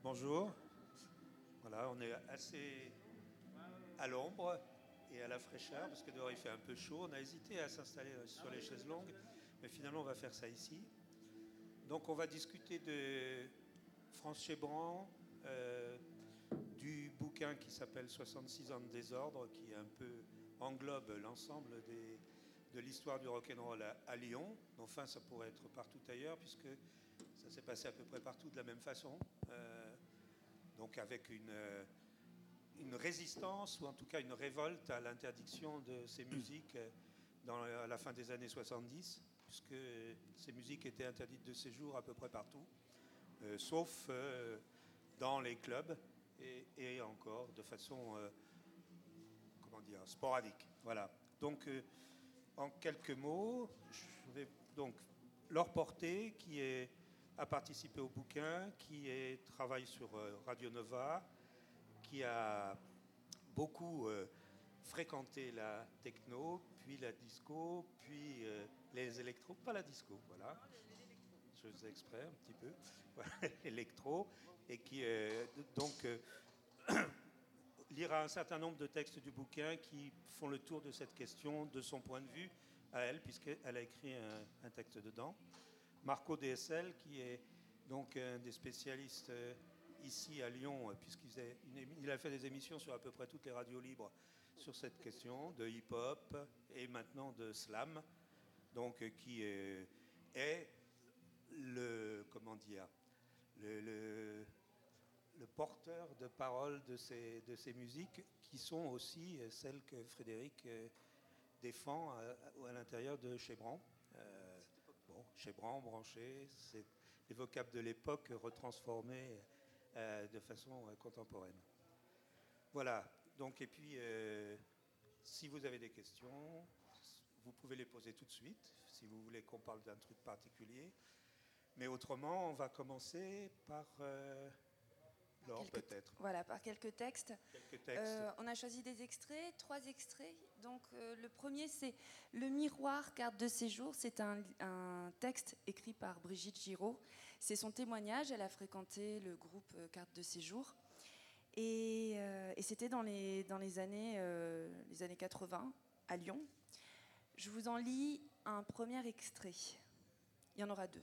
Bonjour. Voilà, on est assez à l'ombre et à la fraîcheur parce que dehors il fait un peu chaud. On a hésité à s'installer sur les chaises longues, mais finalement on va faire ça ici. Donc on va discuter de France Chébrand, du bouquin qui s'appelle 66 ans de désordre, qui un peu englobe l'ensemble de l'histoire du rock'n'roll à Lyon. Enfin, ça pourrait être partout ailleurs puisque ça s'est passé à peu près partout de la même façon. Donc avec une résistance ou en tout cas une révolte à l'interdiction de ces musiques à la fin des années 70, puisque ces musiques étaient interdites de séjour à peu près partout, sauf dans les clubs et encore de façon comment dire, sporadique. Voilà. Donc en quelques mots, je vais donc Laure Porté, a participé au bouquin, travaille sur Radio Nova, qui a beaucoup fréquenté la techno, puis la disco, puis les électros, pas la disco, voilà, je faisais exprès un petit peu, voilà, électro, et qui donc lira un certain nombre de textes du bouquin qui font le tour de cette question de son point de vue à elle, puisqu'elle a écrit un texte dedans. Marco DSL, qui est donc un des spécialistes ici à Lyon, puisqu'il a fait des émissions sur à peu près toutes les radios libres sur cette question de hip-hop et maintenant de slam, donc qui est comment dire, le porteur de parole de ces musiques, qui sont aussi celles que Frédéric défend à l'intérieur de Chébrand. Chébrand, branché, c'est les vocables de l'époque retransformés de façon contemporaine. Voilà. Donc, et puis, si vous avez des questions, vous pouvez les poser tout de suite, si vous voulez qu'on parle d'un truc particulier. Mais autrement, on va commencer par Laure, peut-être. Voilà, par quelques textes. Quelques textes. On a choisi des extraits, 3 extraits. Donc, le premier, c'est Le miroir, carte de séjour. C'est un texte écrit par Brigitte Giraud. C'est son témoignage. Elle a fréquenté le groupe Carte de séjour. Et c'était dans les années 80 à Lyon. Je vous en lis un premier extrait. Il y en aura 2.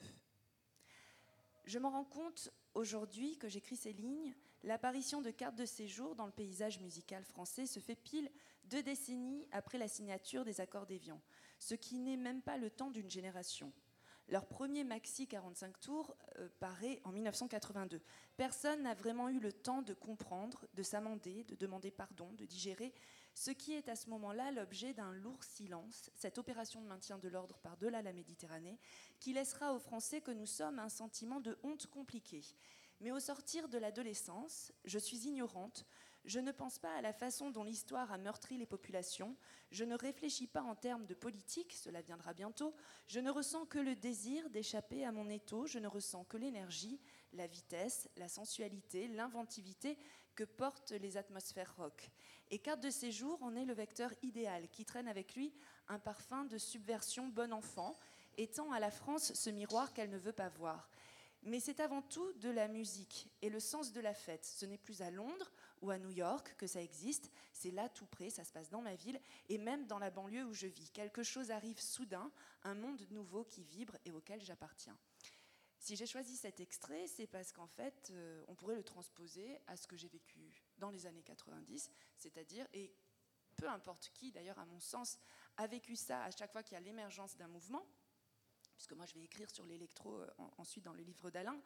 Je m'en rends compte aujourd'hui que j'écris ces lignes. L'apparition de Carte de séjour dans le paysage musical français se fait pile 2 décennies après la signature des accords d'Évian, ce qui n'est même pas le temps d'une génération. Leur premier maxi 45 tours paraît en 1982. Personne n'a vraiment eu le temps de comprendre, de s'amender, de demander pardon, de digérer ce qui est à ce moment-là l'objet d'un lourd silence, cette opération de maintien de l'ordre par-delà la Méditerranée, qui laissera aux Français que nous sommes un sentiment de honte compliqué. Mais au sortir de l'adolescence, je suis ignorante, je ne pense pas à la façon dont l'histoire a meurtri les populations, je ne réfléchis pas en termes de politique, cela viendra bientôt, je ne ressens que le désir d'échapper à mon étau, je ne ressens que l'énergie, la vitesse, la sensualité, l'inventivité que portent les atmosphères rock. Et Carte de séjour en est le vecteur idéal, qui traîne avec lui un parfum de subversion bon enfant, étant à la France ce miroir qu'elle ne veut pas voir. Mais c'est avant tout de la musique et le sens de la fête. Ce n'est plus à Londres ou à New York que ça existe, c'est là tout près, ça se passe dans ma ville et même dans la banlieue où je vis. Quelque chose arrive soudain, un monde nouveau qui vibre et auquel j'appartiens. Si j'ai choisi cet extrait, c'est parce qu'en fait, on pourrait le transposer à ce que j'ai vécu dans les années 90, c'est-à-dire, et peu importe qui d'ailleurs à mon sens, a vécu ça à chaque fois qu'il y a l'émergence d'un mouvement, puisque moi je vais écrire sur l'électro ensuite dans le livre d'Alain.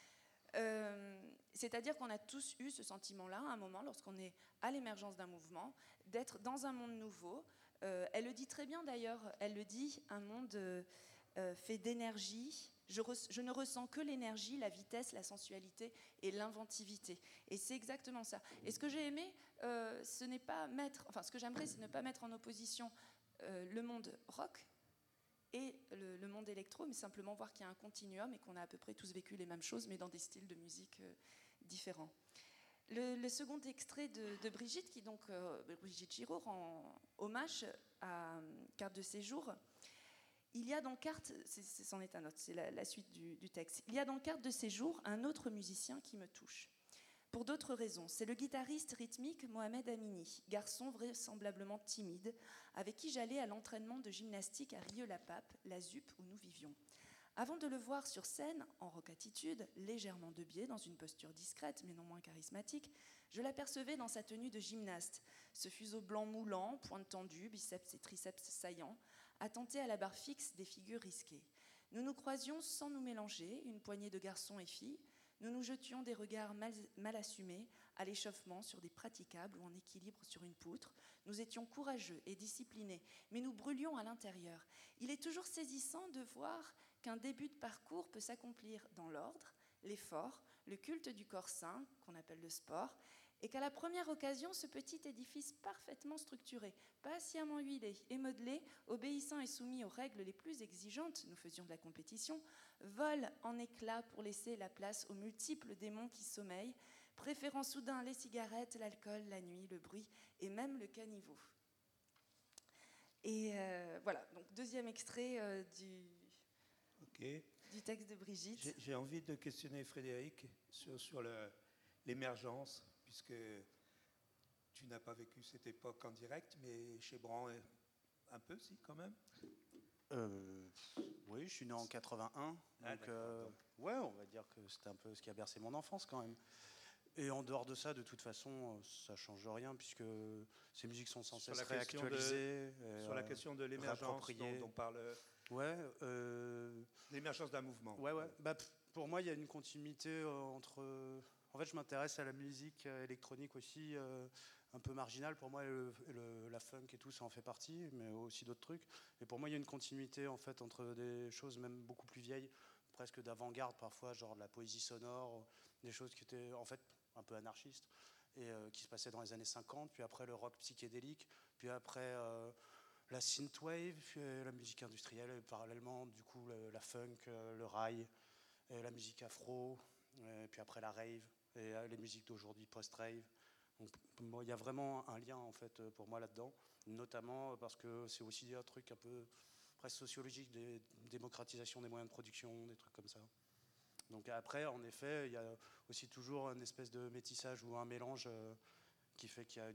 C'est-à-dire qu'on a tous eu ce sentiment-là à un moment, lorsqu'on est à l'émergence d'un mouvement, d'être dans un monde nouveau. Elle le dit très bien d'ailleurs, elle le dit, un monde fait d'énergie. Je ne ressens que l'énergie, la vitesse, la sensualité et l'inventivité. Et c'est exactement ça. Et ce que j'ai aimé, ce que j'aimerais, c'est ne pas mettre en opposition le monde rock et le monde électro, mais simplement voir qu'il y a un continuum et qu'on a à peu près tous vécu les mêmes choses, mais dans des styles de musique différents. Le second extrait de Brigitte, qui donc Brigitte Giraud rend hommage à Carte de séjour. Il y a dans Carte, c'en est un autre, c'est la suite du texte. Il y a dans Carte de séjour un autre musicien qui me touche. pour d'autres raisons. C'est le guitariste rythmique Mohamed Amini, garçon vraisemblablement timide, avec qui j'allais à l'entraînement de gymnastique à Rieux-la-Pape, la ZUP où nous vivions. Avant de le voir sur scène, en rock-attitude, légèrement de biais, dans une posture discrète mais non moins charismatique, je l'apercevais dans sa tenue de gymnaste, ce fuseau blanc moulant, pointe tendue, biceps et triceps saillants, attenté à la barre fixe des figures risquées. Nous nous croisions sans nous mélanger, une poignée de garçons et filles. Nous nous jetions des regards mal assumés à l'échauffement sur des praticables ou en équilibre sur une poutre. Nous étions courageux et disciplinés, mais nous brûlions à l'intérieur. Il est toujours saisissant de voir qu'un début de parcours peut s'accomplir dans l'ordre, l'effort, le culte du corps sain, qu'on appelle le sport, et qu'à la première occasion, ce petit édifice parfaitement structuré, patiemment huilé et modelé, obéissant et soumis aux règles les plus exigeantes, nous faisions de la compétition, vole en éclats pour laisser la place aux multiples démons qui sommeillent, préférant soudain les cigarettes, l'alcool, la nuit, le bruit et même le caniveau. Et voilà, donc deuxième extrait du texte de Brigitte. J'ai envie de questionner Frédéric sur l'émergence, puisque tu n'as pas vécu cette époque en direct, mais chez Bran, un peu, si, quand même. Oui, je suis né en 81, donc ouais, on va dire que c'était un peu ce qui a bercé mon enfance quand même. Et en dehors de ça, de toute façon, ça change rien, puisque ces musiques sont sans cesse réactualisées. Sur la question de l'émergence dont on parle. Ouais. L'émergence d'un mouvement. Ouais. Bah, pour moi, il y a une continuité entre... En fait, je m'intéresse à la musique électronique aussi, un peu marginale. Pour moi, la funk et tout, ça en fait partie, mais aussi d'autres trucs. Et pour moi, il y a une continuité en fait entre des choses même beaucoup plus vieilles, presque d'avant-garde parfois, genre de la poésie sonore, des choses qui étaient en fait un peu anarchistes et qui se passaient dans les années 50. Puis après, le rock psychédélique. Puis après, la synthwave, puis la musique industrielle. Et parallèlement, du coup, la funk, le rail, et la musique afro. Et puis après, la rave. Et les musiques d'aujourd'hui post-rave. Donc, bon, il y a vraiment un lien en fait pour moi là-dedans, notamment parce que c'est aussi un truc un peu presque sociologique, des démocratisation des moyens de production, des trucs comme ça. Donc après, en effet, il y a aussi toujours une espèce de métissage ou un mélange qui fait qu'il y a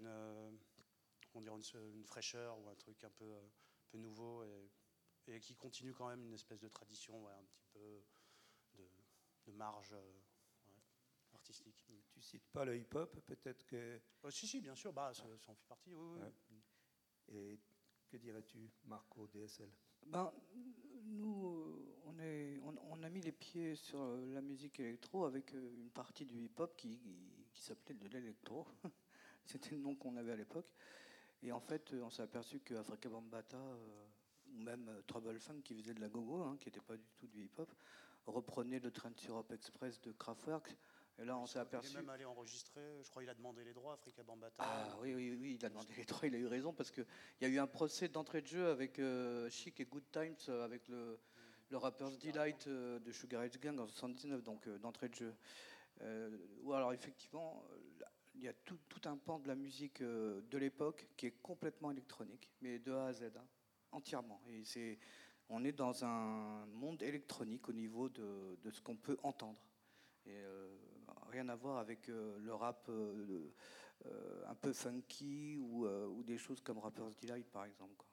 une fraîcheur ou un truc un peu nouveau et qui continue quand même une espèce de tradition, ouais, un petit peu de marge. Artistique. Tu cites pas le hip-hop, peut-être que... Si, bien sûr, ça en fait partie, oui. Ouais. Et que dirais-tu, Marco, DSL? Nous, on a mis les pieds sur la musique électro avec une partie du hip-hop qui s'appelait de l'électro. C'était le nom qu'on avait à l'époque. Et en fait, on s'est aperçu que Afrika Bambaataa, ou même Trouble Funk, qui faisait de la go-go, qui n'était pas du tout du hip-hop, reprenait le Trans Europe Express de Kraftwerk. Et là, on s'est aperçu. Il est même allé enregistrer, je crois qu'il a demandé les droits, Afrika Bambaataa. Ah oui, il a demandé les droits, il a eu raison, parce qu'il y a eu un procès d'entrée de jeu avec Chic et Good Times, avec le Rapper's Delight de Sugar Hill Gang en 79, donc d'entrée de jeu. Ou alors, effectivement, il y a tout un pan de la musique de l'époque qui est complètement électronique, mais de A à Z, entièrement. Et on est dans un monde électronique au niveau de ce qu'on peut entendre. Et rien à voir avec le rap un peu funky ou des choses comme Rapper's Delight par exemple, quoi.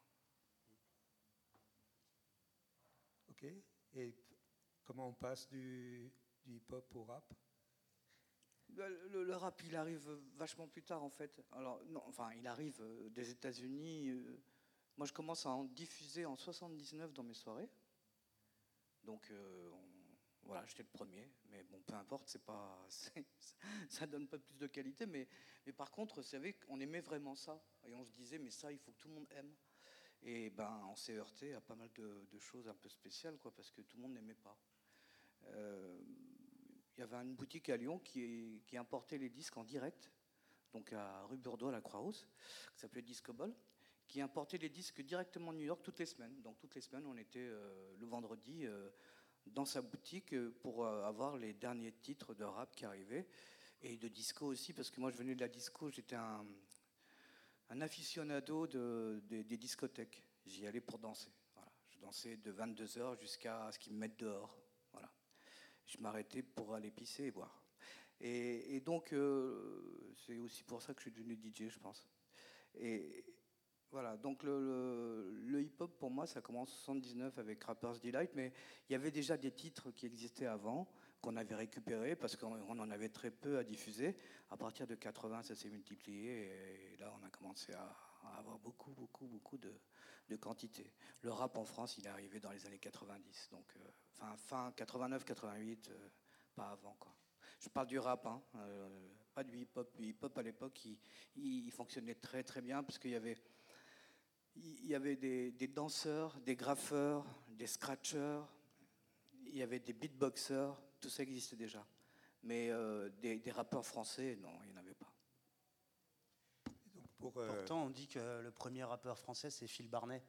Ok. Et comment on passe du hip-hop au rap? Le rap, il arrive vachement plus tard en fait. Alors non, enfin il arrive des États-Unis. Moi je commence à en diffuser en 79 dans mes soirées. Donc voilà, j'étais le premier, mais bon, peu importe, ça donne pas plus de qualité, mais par contre, vous savez, on aimait vraiment ça, et on se disait, mais ça, il faut que tout le monde aime. Et on s'est heurté à pas mal de choses un peu spéciales, quoi, parce que tout le monde n'aimait pas. Il y avait une boutique à Lyon qui importait les disques en direct, donc à rue Burdeau, à la Croix-Rousse, qui s'appelait Discoball, qui importait les disques directement de New York toutes les semaines. Donc toutes les semaines, on était le vendredi dans sa boutique pour avoir les derniers titres de rap qui arrivaient et de disco aussi, parce que moi je venais de la disco, j'étais un aficionado des discothèques. J'y allais pour danser. Voilà. Je dansais de 22h jusqu'à ce qu'ils me mettent dehors. Voilà. Je m'arrêtais pour aller pisser et boire. Et donc, c'est aussi pour ça que je suis devenu DJ, je pense. Et voilà, donc le hip-hop, pour moi, ça commence en 79 avec Rapper's Delight, mais il y avait déjà des titres qui existaient avant, qu'on avait récupérés, parce qu'on en avait très peu à diffuser. À partir de 80, ça s'est multiplié, et là, on a commencé à avoir beaucoup de quantité. Le rap en France, il est arrivé dans les années 90, donc fin 89, 88, pas avant, quoi. Je parle du rap, hein, pas du hip-hop. Le hip-hop, à l'époque, il fonctionnait très très bien, parce qu'il y avait des danseurs, des graffeurs, des scratchers, il y avait des beatboxers, tout ça existait déjà. Mais des rappeurs français, non, il n'y en avait pas. Donc Pourtant, on dit que le premier rappeur français, c'est Phil Barnet.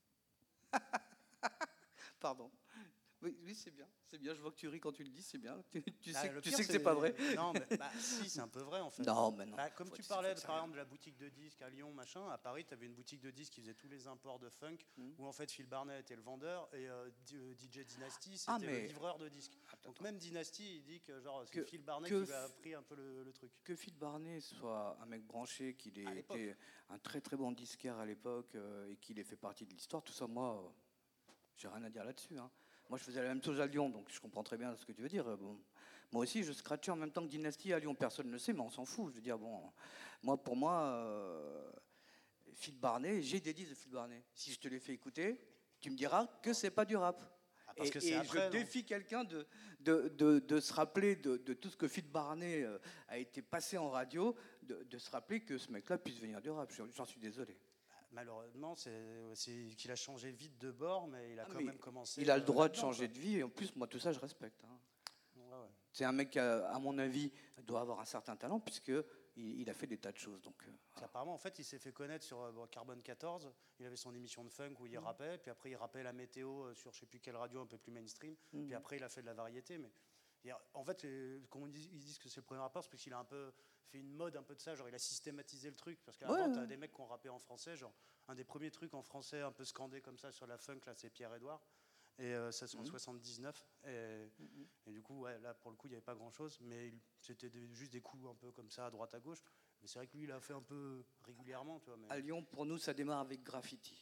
Pardon. Oui, c'est bien. C'est bien, je vois que tu ris quand tu le dis, c'est bien. Tu Ah, sais, le tu pire, sais que c'est pas vrai. Non, mais si, c'est un peu vrai en fait. Non, mais non. Comme tu parlais par exemple de la boutique de disques à Lyon, machin, à Paris, tu avais une boutique de disques qui faisait tous les imports de funk, où en fait Phil Barnet était le vendeur et DJ Dynasty, c'était le livreur de disques. Donc même Dynasty, il dit que genre c'est Phil Barnet qui lui a appris un peu le truc. Que Phil Barnet soit un mec branché, qu'il ait été un très très bon disquaire à l'époque et qu'il ait fait partie de l'histoire, tout ça, moi, j'ai rien à dire là-dessus, hein. Moi, je faisais la même chose à Lyon, donc je comprends très bien ce que tu veux dire. Bon. Moi aussi, je scratchais en même temps que Dynasty à Lyon. Personne ne le sait, mais on s'en fout. Je veux dire, bon, pour moi, Phil Barnet, j'ai des disques de Phil Barnet. Si je te les fais écouter, tu me diras que c'est pas du rap. Parce que je défie quelqu'un de se rappeler de tout ce que Phil Barnet a été passé en radio, de se rappeler que ce mec-là puisse venir du rap. J'en suis désolé. Malheureusement, c'est qu'il a changé vite de bord, mais il a quand même commencé. Il a le droit de changer de vie, et en plus, moi, tout ça, je respecte. Hein. Ouais. C'est un mec qui, à mon avis, doit avoir un certain talent, puisqu'il a fait des tas de choses. Donc, apparemment, en fait, il s'est fait connaître sur Carbone 14. Il avait son émission de funk où il rappait, puis après, il rappait la météo sur je ne sais plus quelle radio, un peu plus mainstream. Puis après, il a fait de la variété. Mais en fait, quand ils disent que c'est le premier rappeur, c'est parce qu'il a un peu fait une mode un peu de ça, genre il a systématisé le truc, parce qu'avant t'as des mecs qui ont rappé en français, genre un des premiers trucs en français un peu scandé comme ça sur la funk, là c'est Pierre-Edouard, et ça c'est en 79, et du coup là pour le coup il n'y avait pas grand chose, mais c'était juste des coups un peu comme ça à droite à gauche, mais c'est vrai que lui il a fait un peu régulièrement, tu vois. Mais... À Lyon, pour nous, ça démarre avec Graffiti.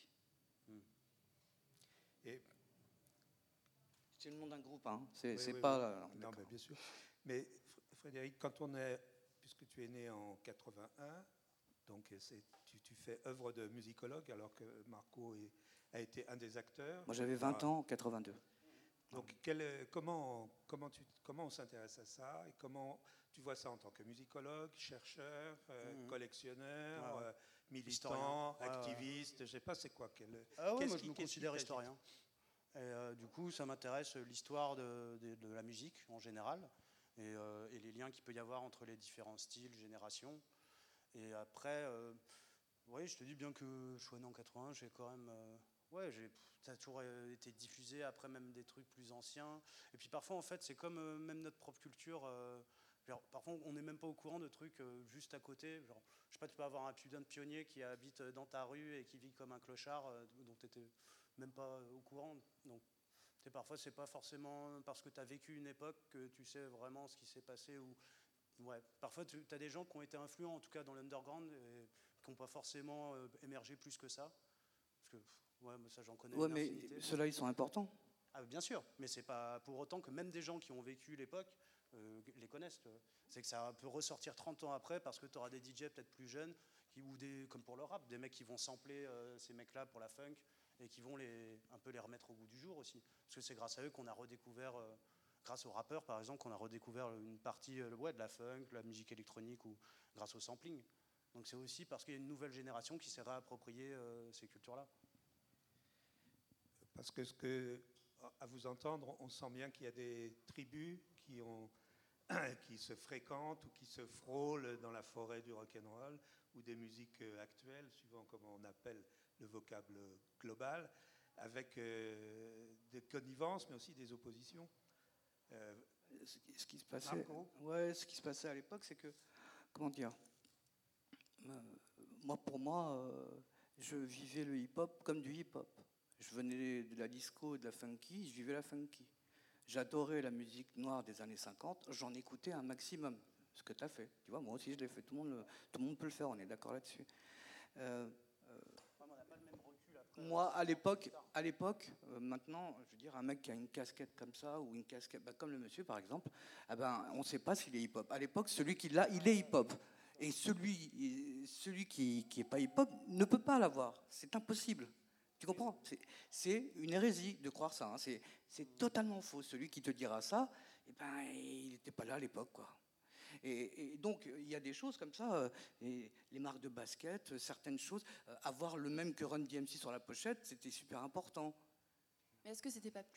Et c'est le nom d'un groupe, hein. C'est oui, pas... non, mais bien sûr. Mais Frédéric, puisque tu es né en 81, donc tu fais œuvre de musicologue, alors que Marco a été un des acteurs. Moi, j'avais 20 ans en 82. Donc, comment on s'intéresse à ça et comment tu vois ça en tant que musicologue, chercheur, collectionneur, militant, activiste, je ne sais pas, c'est quoi moi, je me considère historien. Et du coup, ça m'intéresse l'histoire de la musique en général et les liens qu'il peut y avoir entre les différents styles, générations. Et après, je te dis, bien que je sois né en 80, j'ai quand même... ça a toujours été diffusé, après même des trucs plus anciens. Et puis parfois, en fait, c'est comme même notre propre culture. Parfois, on n'est même pas au courant de trucs juste à côté. Genre, je sais pas, tu peux avoir un putain de pionnier qui habite dans ta rue et qui vit comme un clochard, dont tu n'étais même pas au courant. Donc, parfois, c'est pas forcément parce que tu as vécu une époque que tu sais vraiment ce qui s'est passé. Parfois, tu as des gens qui ont été influents, en tout cas dans l'underground, et qui n'ont pas forcément émergé plus que ça. Parce que, moi, ça, j'en connais une infinité. Mais ceux-là, ils sont importants. Ah, bien sûr, mais c'est pas pour autant que même des gens qui ont vécu l'époque les connaissent. C'est que ça peut ressortir 30 ans après parce que tu auras des DJ peut-être plus jeunes comme pour le rap, des mecs qui vont sampler ces mecs-là pour la funk et qui vont un peu les remettre au goût du jour aussi. Parce que c'est grâce à eux qu'on a redécouvert, grâce aux rappeurs par exemple, qu'on a redécouvert une partie de la funk, la musique électronique ou grâce au sampling. Donc c'est aussi parce qu'il y a une nouvelle génération qui s'est réappropriée ces cultures-là. Parce que à vous entendre, on sent bien qu'il y a des tribus qui se fréquentent ou qui se frôlent dans la forêt du rock'n'roll ou des musiques actuelles, suivant comment on appelle le vocable global, avec des connivences, mais aussi des oppositions. Ce qui se passait à l'époque, c'est que, comment dire, pour moi, je vivais le hip-hop comme du hip-hop. Je venais de la disco et de la funky, je vivais la funky. J'adorais la musique noire des années 50, j'en écoutais un maximum. ce que tu as fait. Tu vois, moi aussi je l'ai fait, tout le monde peut le faire, on est d'accord là-dessus. Moi, à l'époque, maintenant, je veux dire, un mec qui a une casquette comme ça, ou une casquette, comme le monsieur par exemple, on ne sait pas s'il est hip-hop. À l'époque, celui qui l'a, il est hip-hop. Et celui qui n'est pas hip-hop ne peut pas l'avoir. C'est impossible. Tu comprends ? C'est une hérésie de croire ça. Hein. C'est totalement faux. Celui qui te dira ça, il n'était pas là à l'époque, quoi. Et donc, il y a des choses comme ça, et les marques de basket, certaines choses, avoir le même que Run DMC sur la pochette, c'était super important. Mais est-ce que c'était pas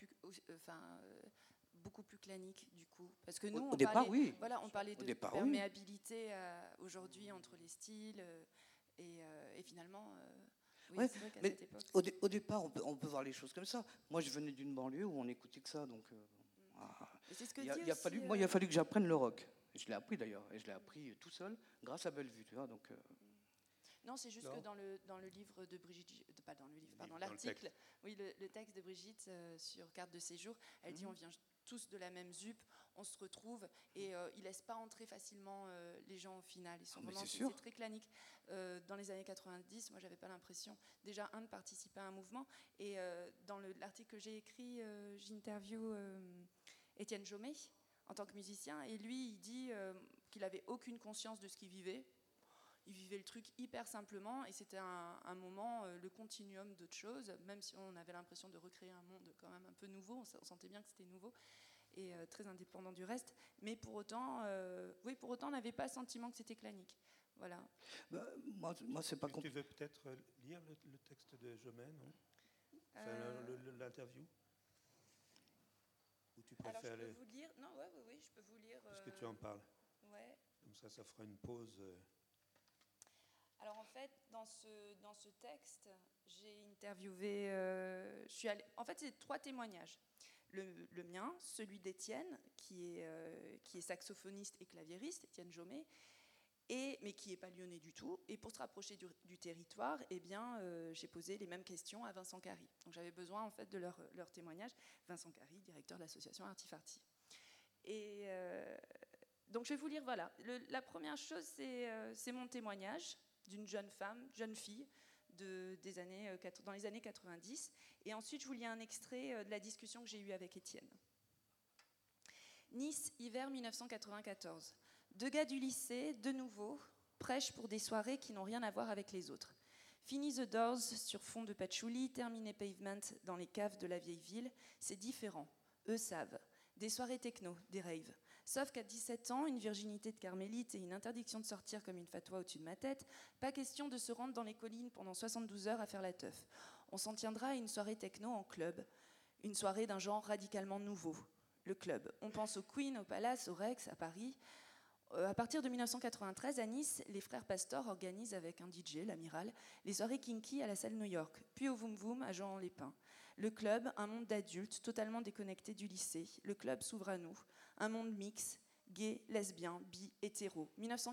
beaucoup plus clanique du coup? Parce que nous, au départ, oui. Voilà, on parlait de perméabilité aujourd'hui entre les styles et finalement, oui, c'est vrai qu'à cette époque. Au départ, on peut voir les choses comme ça. Moi, je venais d'une banlieue où on écoutait que ça, donc. Il a fallu que j'apprenne le rock. Je l'ai appris d'ailleurs, et je l'ai appris tout seul grâce à Bellevue, tu vois. Donc. Non, c'est juste que dans le livre de Brigitte, pas dans le livre, pardon, l'article, oui, le texte de Brigitte sur carte de séjour, elle dit on vient tous de la même ZUP, on se retrouve et ils laissent pas entrer facilement les gens au final. Ils sont vraiment c'est très clanique. Dans les années 90, moi j'avais pas l'impression déjà de participer à un mouvement et dans l'article que j'ai écrit, j'interview Étienne Jomet en tant que musicien et lui il dit qu'il avait aucune conscience de ce qu'il vivait. Il vivait le truc hyper simplement et c'était un moment, le continuum d'autres choses, même si on avait l'impression de recréer un monde quand même un peu nouveau, on sentait bien que c'était nouveau et très indépendant du reste, mais pour autant, on n'avait pas le sentiment que c'était clanique. Voilà. Moi c'est pas Tu veux peut-être lire le texte de Jomet, non l'interview ou tu préfères Alors je peux vous lire. Non, oui, je peux vous lire. Parce que tu en parles. Ouais. Comme ça fera une pause. Alors en fait, dans ce texte, j'ai interviewé. En fait, c'est 3 témoignages. Le mien, celui d'Étienne, qui est saxophoniste et claviériste, Étienne Jomet, mais qui n'est pas lyonnais du tout. Et pour se rapprocher du territoire, j'ai posé les mêmes questions à Vincent Carry. Donc j'avais besoin en fait de leur témoignage. Vincent Carry, directeur de l'association Artifarty. Et donc je vais vous lire. Voilà. La première chose, c'est mon témoignage d'une jeune fille dans les années 90. Et ensuite, je vous lis un extrait de la discussion que j'ai eue avec Étienne. Nice, hiver 1994. 2 gars du lycée, de nouveau, prêchent pour des soirées qui n'ont rien à voir avec les autres. Fini The Doors sur fond de patchouli, terminé Pavement dans les caves de la vieille ville, c'est différent. Eux savent. Des soirées techno, des raves. Sauf qu'à 17 ans, une virginité de carmélite et une interdiction de sortir comme une fatwa au-dessus de ma tête, pas question de se rendre dans les collines pendant 72 heures à faire la teuf. On s'en tiendra à une soirée techno en club, une soirée d'un genre radicalement nouveau, le club. On pense au Queen, au Palace, au Rex, à Paris. À partir de 1993, à Nice, les frères Pastor organisent avec un DJ, l'Amiral, les soirées kinky à la salle New York, puis au Voom Voom à Jean-les-Pins. Le club, un monde d'adultes totalement déconnecté du lycée. Le club s'ouvre à nous. Un monde mix, gay, lesbien, bi, hétéro.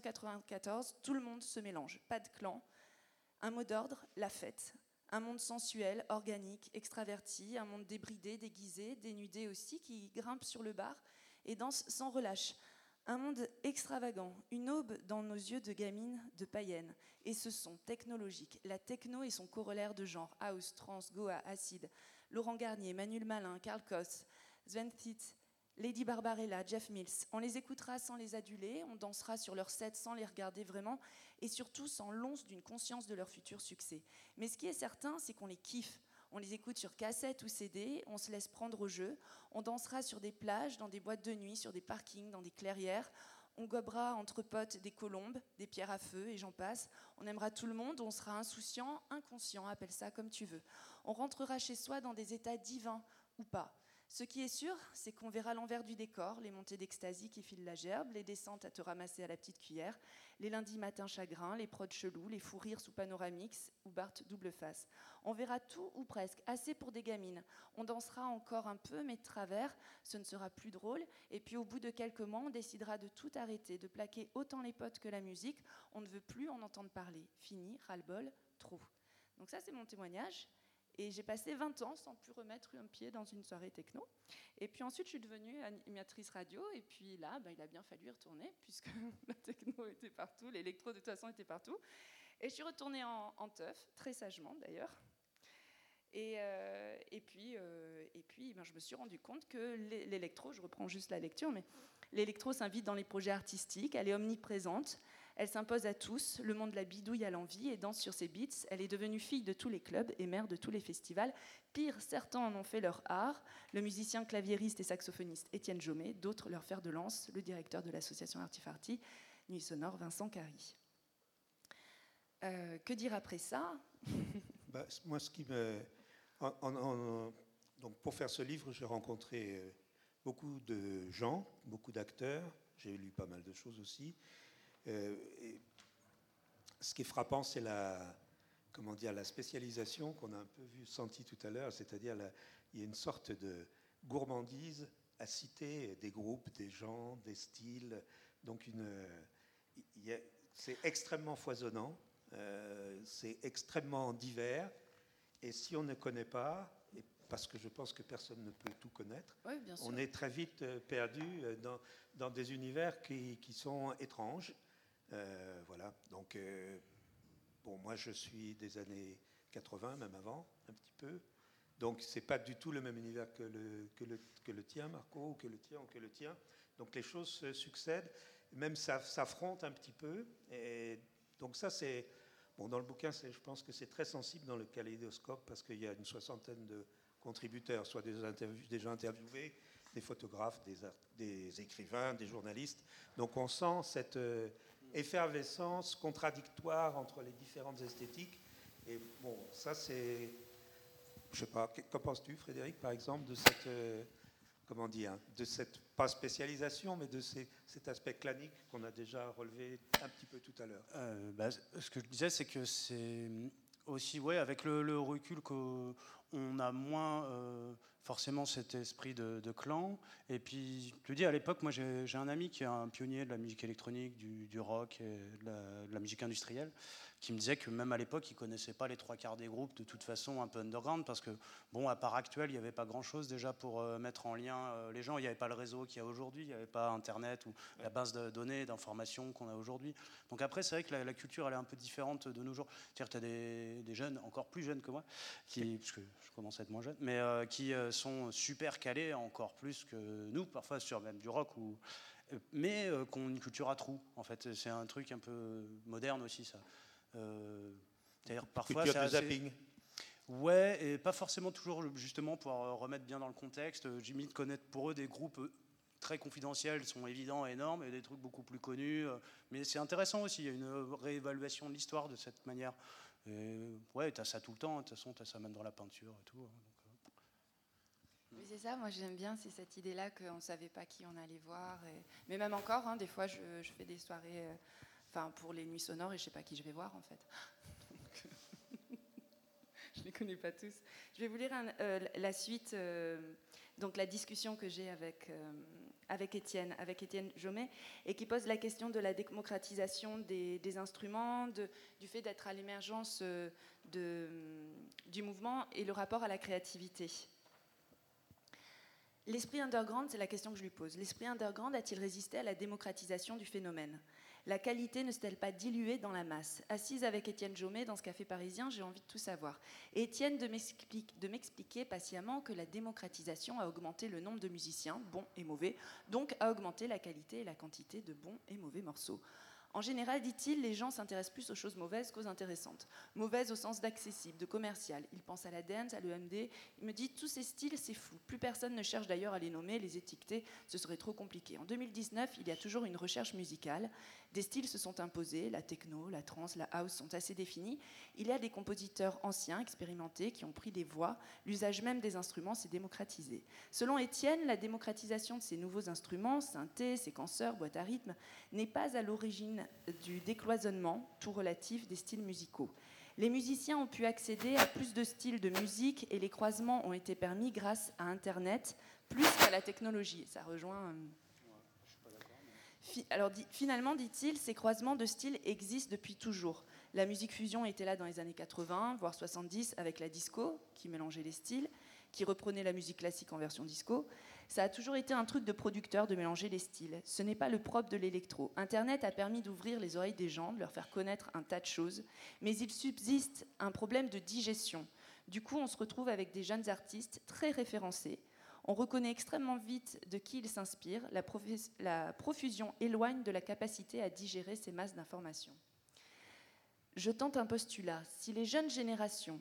1994, tout le monde se mélange. Pas de clan. Un mot d'ordre, la fête. Un monde sensuel, organique, extraverti. Un monde débridé, déguisé, dénudé aussi, qui grimpe sur le bar et danse sans relâche. Un monde extravagant, une aube dans nos yeux de gamines, de païennes. Et ce son technologique, la techno et son corollaire de genre, house, trance, goa, acid. Laurent Garnier, Manuel Malin, Karl Koss, Sven Thith, Lady Barbarella, Jeff Mills. On les écoutera sans les aduler, on dansera sur leur set sans les regarder vraiment, et surtout sans l'once d'une conscience de leur futur succès. Mais ce qui est certain, c'est qu'on les kiffe. On les écoute sur cassette ou CD, on se laisse prendre au jeu, on dansera sur des plages, dans des boîtes de nuit, sur des parkings, dans des clairières, on gobera entre potes des colombes, des pierres à feu et j'en passe. On aimera tout le monde, on sera insouciant, inconscient, appelle ça comme tu veux. On rentrera chez soi dans des états divins ou pas. Ce qui est sûr, c'est qu'on verra l'envers du décor, les montées d'extasie qui filent la gerbe, les descentes à te ramasser à la petite cuillère, les lundis matins chagrins, les prods chelous, les fous rires sous panoramix ou Bart double face. On verra tout ou presque, assez pour des gamines. On dansera encore un peu, mais de travers, ce ne sera plus drôle. Et puis au bout de quelques mois, on décidera de tout arrêter, de plaquer autant les potes que la musique. On ne veut plus en entendre parler. Fini, ras-le-bol, trop. Donc ça, c'est mon témoignage. Et j'ai passé 20 ans sans plus remettre un pied dans une soirée techno. Et puis ensuite, je suis devenue animatrice radio. Et puis là, il a bien fallu y retourner, puisque la techno était partout, l'électro de toute façon était partout. Et je suis retournée en teuf, très sagement d'ailleurs. Et puis je me suis rendu compte que l'électro, je reprends juste la lecture, mais l'électro s'invite dans les projets artistiques, elle est omniprésente, elle s'impose à tous, le monde la bidouille à l'envie et danse sur ses beats, elle est devenue fille de tous les clubs et mère de tous les festivals. Pire, certains en ont fait leur art, le musicien claviériste et saxophoniste Étienne Jomet, d'autres leur fer de lance, le directeur de l'association Artifarty, Nuit Sonore, Vincent Carry. Que dire après ça? Moi, ce qui me... donc pour faire ce livre, j'ai rencontré beaucoup de gens, beaucoup d'acteurs. J'ai lu pas mal de choses aussi. Et ce qui est frappant, c'est la spécialisation qu'on a un peu senti tout à l'heure. C'est-à-dire, il y a une sorte de gourmandise à citer des groupes, des gens, des styles. Donc, c'est extrêmement foisonnant, c'est extrêmement divers. Et si on ne connaît pas, parce que je pense que personne ne peut tout connaître, oui, bien sûr, on est très vite perdu dans des univers qui sont étranges. Voilà. Donc, moi, je suis des années 80, même avant, un petit peu. Donc, c'est pas du tout le même univers que le tien, Marco, ou que le tien, ou que le tien. Donc, les choses se succèdent, même s'affrontent un petit peu. Et donc, ça, c'est... Bon, dans le bouquin, je pense que c'est très sensible dans le kaléidoscope parce qu'il y a une 60aine de contributeurs, soit des gens interviewés, des photographes, des écrivains, des journalistes. Donc on sent cette effervescence contradictoire entre les différentes esthétiques. Et bon, ça c'est... Je sais pas, qu'en penses-tu, Frédéric, par exemple, de cette... de cette, pas spécialisation, mais de cet aspect clanique qu'on a déjà relevé un petit peu tout à l'heure. Ce que je disais, c'est que c'est aussi, ouais, avec le recul qu'on a moins forcément cet esprit de clan. Et puis, je te dis, à l'époque, moi, j'ai un ami qui est un pionnier de la musique électronique, du rock et de la musique industrielle, qui me disait que même à l'époque, il ne connaissait pas les trois quarts des groupes de toute façon un peu underground, parce que, bon, à part Actuel, il n'y avait pas grand-chose déjà pour mettre en lien les gens. Il n'y avait pas le réseau qu'il y a aujourd'hui, il n'y avait pas Internet ou la base de données, d'informations qu'on a aujourd'hui. Donc après, c'est vrai que la culture, elle est un peu différente de nos jours. C'est-à-dire que tu as des jeunes, encore plus jeunes que moi, parce que je commence à être moins jeune, mais qui sont super calés, encore plus que nous, parfois sur même du rock, mais qui ont une culture à trous, en fait. C'est un truc un peu moderne aussi, ça. C'est-à-dire parfois culture de zapping. Ouais, et pas forcément toujours justement pour remettre bien dans le contexte. J'ai mis de connaître pour eux des groupes très confidentiels, sont évidents, énormes, et des trucs beaucoup plus connus. Mais c'est intéressant aussi, il y a une réévaluation de l'histoire de cette manière. Et ouais, t'as ça tout le temps, de toute façon, t'as ça même dans la peinture et tout. Oui, c'est ça, moi j'aime bien, c'est cette idée-là qu'on ne savait pas qui on allait voir. Mais même encore, des fois je fais des soirées pour les nuits sonores et je ne sais pas qui je vais voir en fait. Je ne les connais pas tous. Je vais vous lire la suite, donc la discussion que j'ai avec Étienne Jomet, et qui pose la question de la démocratisation des instruments, du fait d'être à l'émergence du mouvement et le rapport à la créativité. L'esprit underground, c'est la question que je lui pose. L'esprit underground a-t-il résisté à la démocratisation du phénomène ? La qualité ne s'est-elle pas diluée dans la masse ? Assise avec Étienne Jomet dans ce café parisien, j'ai envie de tout savoir. Et Étienne de m'expliquer patiemment que la démocratisation a augmenté le nombre de musiciens, bons et mauvais, donc a augmenté la qualité et la quantité de bons et mauvais morceaux. En général, dit-il, les gens s'intéressent plus aux choses mauvaises qu'aux intéressantes. Mauvaises au sens d'accessible, de commercial. Il pense à la dance, à l'EMD. Il me dit, tous ces styles, c'est flou. Plus personne ne cherche d'ailleurs à les nommer, les étiqueter, ce serait trop compliqué. En 2019, il y a toujours une recherche musicale. Des styles se sont imposés, la techno, la trance, la house sont assez définis. Il y a des compositeurs anciens, expérimentés, qui ont pris des voix. L'usage même des instruments s'est démocratisé. Selon Étienne, la démocratisation de ces nouveaux instruments, synthés, séquenceurs, boîtes à rythme, n'est pas à l'origine du décloisonnement, tout relatif, des styles musicaux. Les musiciens ont pu accéder à plus de styles de musique et les croisements ont été permis grâce à Internet, plus qu'à la technologie. Ça rejoint... Finalement, dit-il, ces croisements de styles existent depuis toujours. La musique fusion était là dans les années 80, voire 70, avec la disco, qui mélangeait les styles, qui reprenait la musique classique en version disco. Ça a toujours été un truc de producteur de mélanger les styles. Ce n'est pas le propre de l'électro. Internet a permis d'ouvrir les oreilles des gens, de leur faire connaître un tas de choses, mais il subsiste un problème de digestion. Du coup, on se retrouve avec des jeunes artistes très référencés. On reconnaît extrêmement vite de qui ils s'inspirent. La profusion éloigne de la capacité à digérer ces masses d'informations. Je tente un postulat. Si les jeunes générations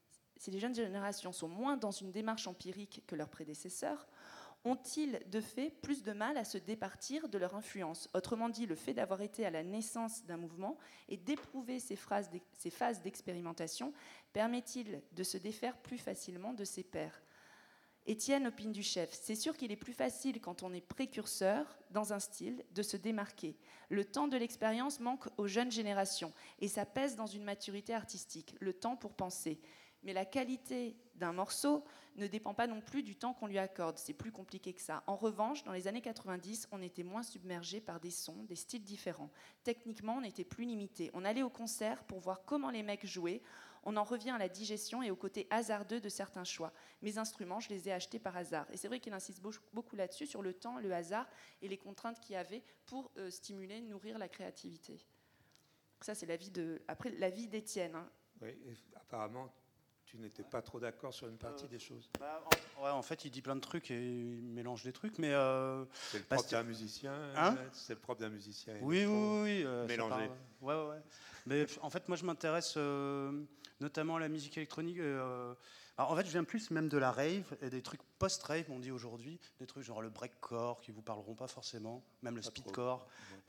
sont moins dans une démarche empirique que leurs prédécesseurs, ont-ils de fait plus de mal à se départir de leur influence? Autrement dit, le fait d'avoir été à la naissance d'un mouvement et d'éprouver ces phases d'expérimentation permet-il de se défaire plus facilement de ses pairs? Étienne opine du chef, c'est sûr qu'il est plus facile quand on est précurseur dans un style de se démarquer. Le temps de l'expérience manque aux jeunes générations et ça pèse dans une maturité artistique, le temps pour penser. Mais la qualité d'un morceau ne dépend pas non plus du temps qu'on lui accorde, c'est plus compliqué que ça. En revanche, dans les années 90, on était moins submergé par des sons, des styles différents. Techniquement, on était plus limité. On allait au concert pour voir comment les mecs jouaient. On en revient à la digestion et au côté hasardeux de certains choix. Mes instruments, je les ai achetés par hasard. Et c'est vrai qu'il insiste beaucoup là-dessus, sur le temps, le hasard et les contraintes qu'il y avait pour stimuler, nourrir la créativité. Ça, c'est l'avis d'Étienne. Hein. Oui, apparemment, tu n'étais pas trop d'accord sur une partie des choses. En fait, il dit plein de trucs et il mélange des trucs, mais... c'est le propre d'un musicien. C'est le propre d'un musicien. Oui. Mélanger. Ouais. Mais en fait, moi, je m'intéresse notamment à la musique électronique. Alors, en fait, je viens plus même de la rave et des trucs post-rave, on dit aujourd'hui, des trucs genre le breakcore qui vous parleront pas forcément, même le speedcore.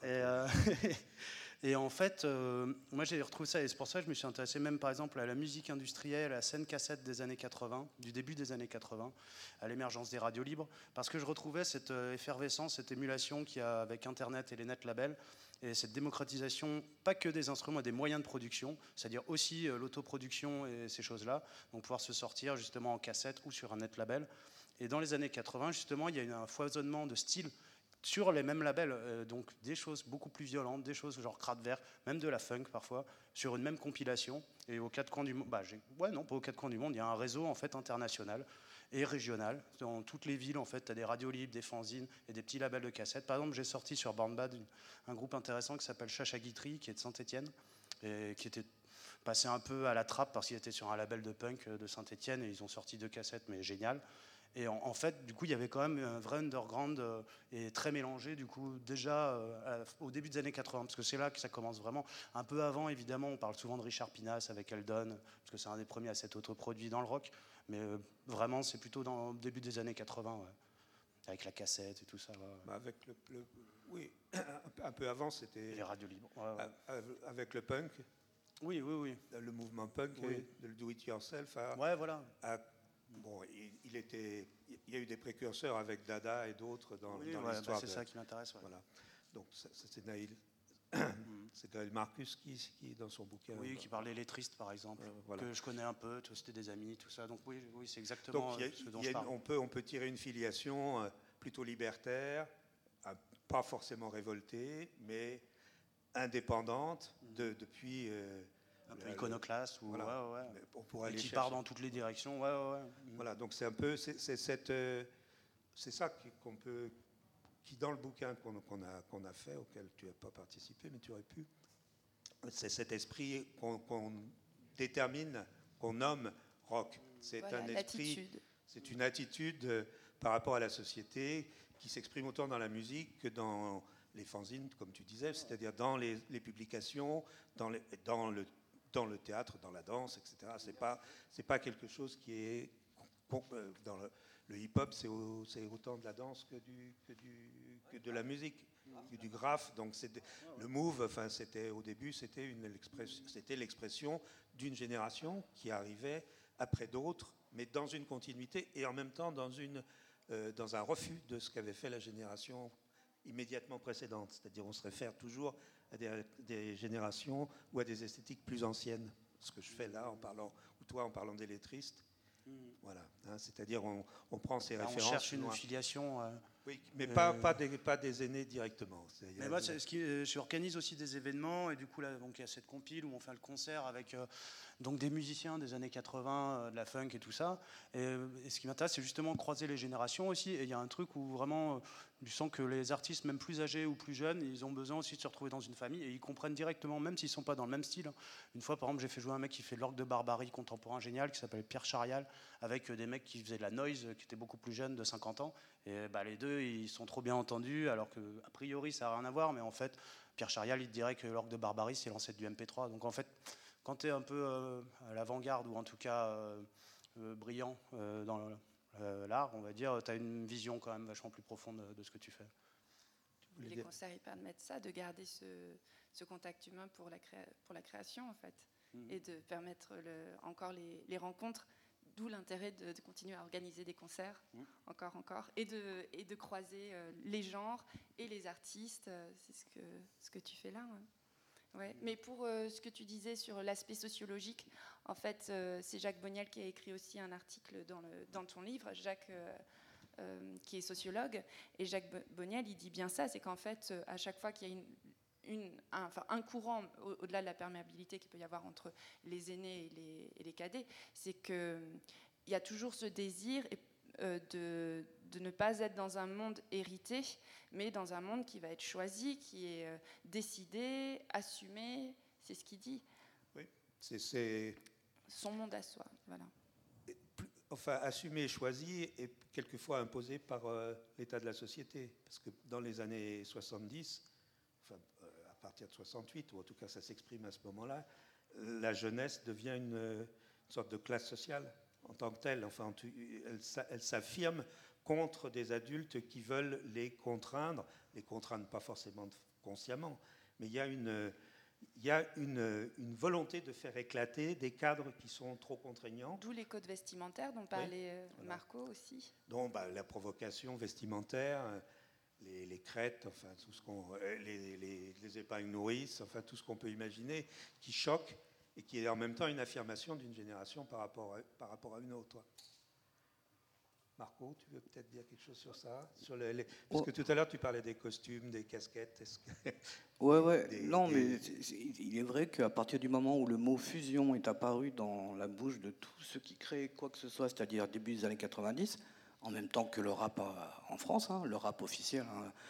Et en fait, moi j'ai retrouvé ça et c'est pour ça que je me suis intéressé même par exemple à la musique industrielle, à la scène cassette des années 80, du début des années 80, à l'émergence des radios libres, parce que je retrouvais cette effervescence, cette émulation qu'il y a avec Internet et les net labels, et cette démocratisation, pas que des instruments, des moyens de production, c'est-à-dire aussi l'autoproduction et ces choses-là, donc pouvoir se sortir justement en cassette ou sur un net label. Et dans les années 80, justement, il y a eu un foisonnement de styles sur les mêmes labels, donc des choses beaucoup plus violentes, des choses genre Kraftwerk, même de la funk parfois, sur une même compilation. Et aux quatre coins du monde, pas aux quatre coins du monde, il y a un réseau en fait international et régional. Dans toutes les villes, en fait, tu as des radios libres, des fanzines et des petits labels de cassettes. Par exemple, j'ai sorti sur Born Bad un groupe intéressant qui s'appelle Chacha Guitry, qui est de Saint-Étienne, et qui était passé un peu à la trappe parce qu'il était sur un label de punk de Saint-Étienne, et ils ont sorti 2 cassettes, mais génial. Et en fait, du coup, il y avait quand même un vrai underground et très mélangé, du coup, déjà au début des années 80, parce que c'est là que ça commence vraiment. Un peu avant, évidemment, on parle souvent de Richard Pinas avec Eldon, parce que c'est un des premiers à s'être autoproduit dans le rock, mais vraiment, c'est plutôt dans le début des années 80, ouais. Avec la cassette et tout ça. Ouais. Avec oui, un peu avant, c'était... Et les radios libres. Ouais. Avec le punk. Oui. Le mouvement punk, oui. Le do-it-yourself. Ouais, voilà. Bon, il y a eu des précurseurs avec Dada et d'autres dans l'histoire. C'est ça qui m'intéresse. Ouais. Voilà. Donc c'est Naïl. C'est Gaël Marcus qui, dans son bouquin... Oui, qui parlait Les Tristes, par exemple, voilà. Que je connais un peu, c'était des amis, tout ça. Donc oui, c'est exactement ce dont je parle. On peut tirer une filiation plutôt libertaire, pas forcément révoltée, mais indépendante depuis... un peu iconoclaste, ou voilà. On pourrait et qui part dans toutes les directions. Voilà, donc c'est un peu... C'est ça qui dans le bouquin qu'on a fait, auquel tu n'as pas participé, mais tu aurais pu, c'est cet esprit qu'on détermine, qu'on nomme rock. C'est un esprit, c'est une attitude par rapport à la société qui s'exprime autant dans la musique que dans les fanzines, comme tu disais, c'est-à-dire dans les publications, dans le théâtre, dans la danse, etc. C'est pas quelque chose qui est... Dans le hip-hop, c'est autant de la danse que de la musique, que du graphe. Donc le move, enfin, au début, c'était l'expression d'une génération qui arrivait après d'autres, mais dans une continuité et en même temps dans un refus de ce qu'avait fait la génération immédiatement précédente. C'est-à-dire on se réfère toujours à des générations ou à des esthétiques plus anciennes. Ce que je fais là en parlant des lettristes. Voilà, hein, c'est-à-dire on prend ces références. On cherche une filiation Oui, mais pas des aînés directement. Mais moi, j'organise aussi des événements, et du coup, là, donc, il y a cette compile où on fait le concert avec donc des musiciens des années 80, de la funk et tout ça. Et ce qui m'intéresse, c'est justement croiser les générations aussi. Et il y a un truc où vraiment, je sens que les artistes, même plus âgés ou plus jeunes, ils ont besoin aussi de se retrouver dans une famille, et ils comprennent directement, même s'ils ne sont pas dans le même style. Une fois, par exemple, j'ai fait jouer un mec qui fait de l'orgue de barbarie contemporain génial, qui s'appelle Pierre Charial, avec des mecs qui faisaient de la noise, qui étaient beaucoup plus jeunes, de 50 ans. Et les deux, ils sont trop bien entendus, alors qu'a priori, ça n'a rien à voir, mais en fait, Pierre Charial, il dirait que l'orgue de barbarie, c'est l'ancêtre du MP3. Donc en fait, quand tu es un peu à l'avant-garde, ou en tout cas brillant dans l'art, on va dire, tu as une vision quand même vachement plus profonde de ce que tu fais. Les concerts, ils permettent ça, de garder ce contact humain pour la création, en fait, et de permettre encore les rencontres. D'où l'intérêt de continuer à organiser des concerts, encore, et de croiser les genres et les artistes. C'est ce que tu fais là. Ouais. Mais pour ce que tu disais sur l'aspect sociologique, en fait, c'est Jacques Bonniel qui a écrit aussi un article dans ton livre, Jacques, qui est sociologue. Et Jacques Bonniel, il dit bien ça, c'est qu'en fait, à chaque fois qu'il y a un courant au-delà de la perméabilité qu'il peut y avoir entre les aînés et les cadets, c'est qu'il y a toujours ce désir de ne pas être dans un monde hérité, mais dans un monde qui va être choisi, qui est décidé, assumé. C'est ce qu'il dit. Oui, c'est son monde à soi, voilà. Enfin, assumé, choisi et quelquefois imposé par l'état de la société. Parce que dans les années 70, à partir de 68, ou en tout cas ça s'exprime à ce moment-là, la jeunesse devient une sorte de classe sociale en tant que telle. Enfin, elle s'affirme contre des adultes qui veulent les contraindre pas forcément consciemment, mais il y a une volonté de faire éclater des cadres qui sont trop contraignants. D'où les codes vestimentaires dont parlait Marco aussi. Donc la provocation vestimentaire, les crêtes, enfin tout ce les épingles nourrices, enfin tout ce qu'on peut imaginer, qui choque et qui est en même temps une affirmation d'une génération par rapport à une autre. Marco, tu veux peut-être dire quelque chose sur ça, parce que tout à l'heure tu parlais des costumes, des casquettes. Non, mais il est vrai qu'à partir du moment où le mot fusion est apparu dans la bouche de tous ceux qui créent quoi que ce soit, c'est-à-dire début des années 90, en même temps que le rap en France, le rap officiel,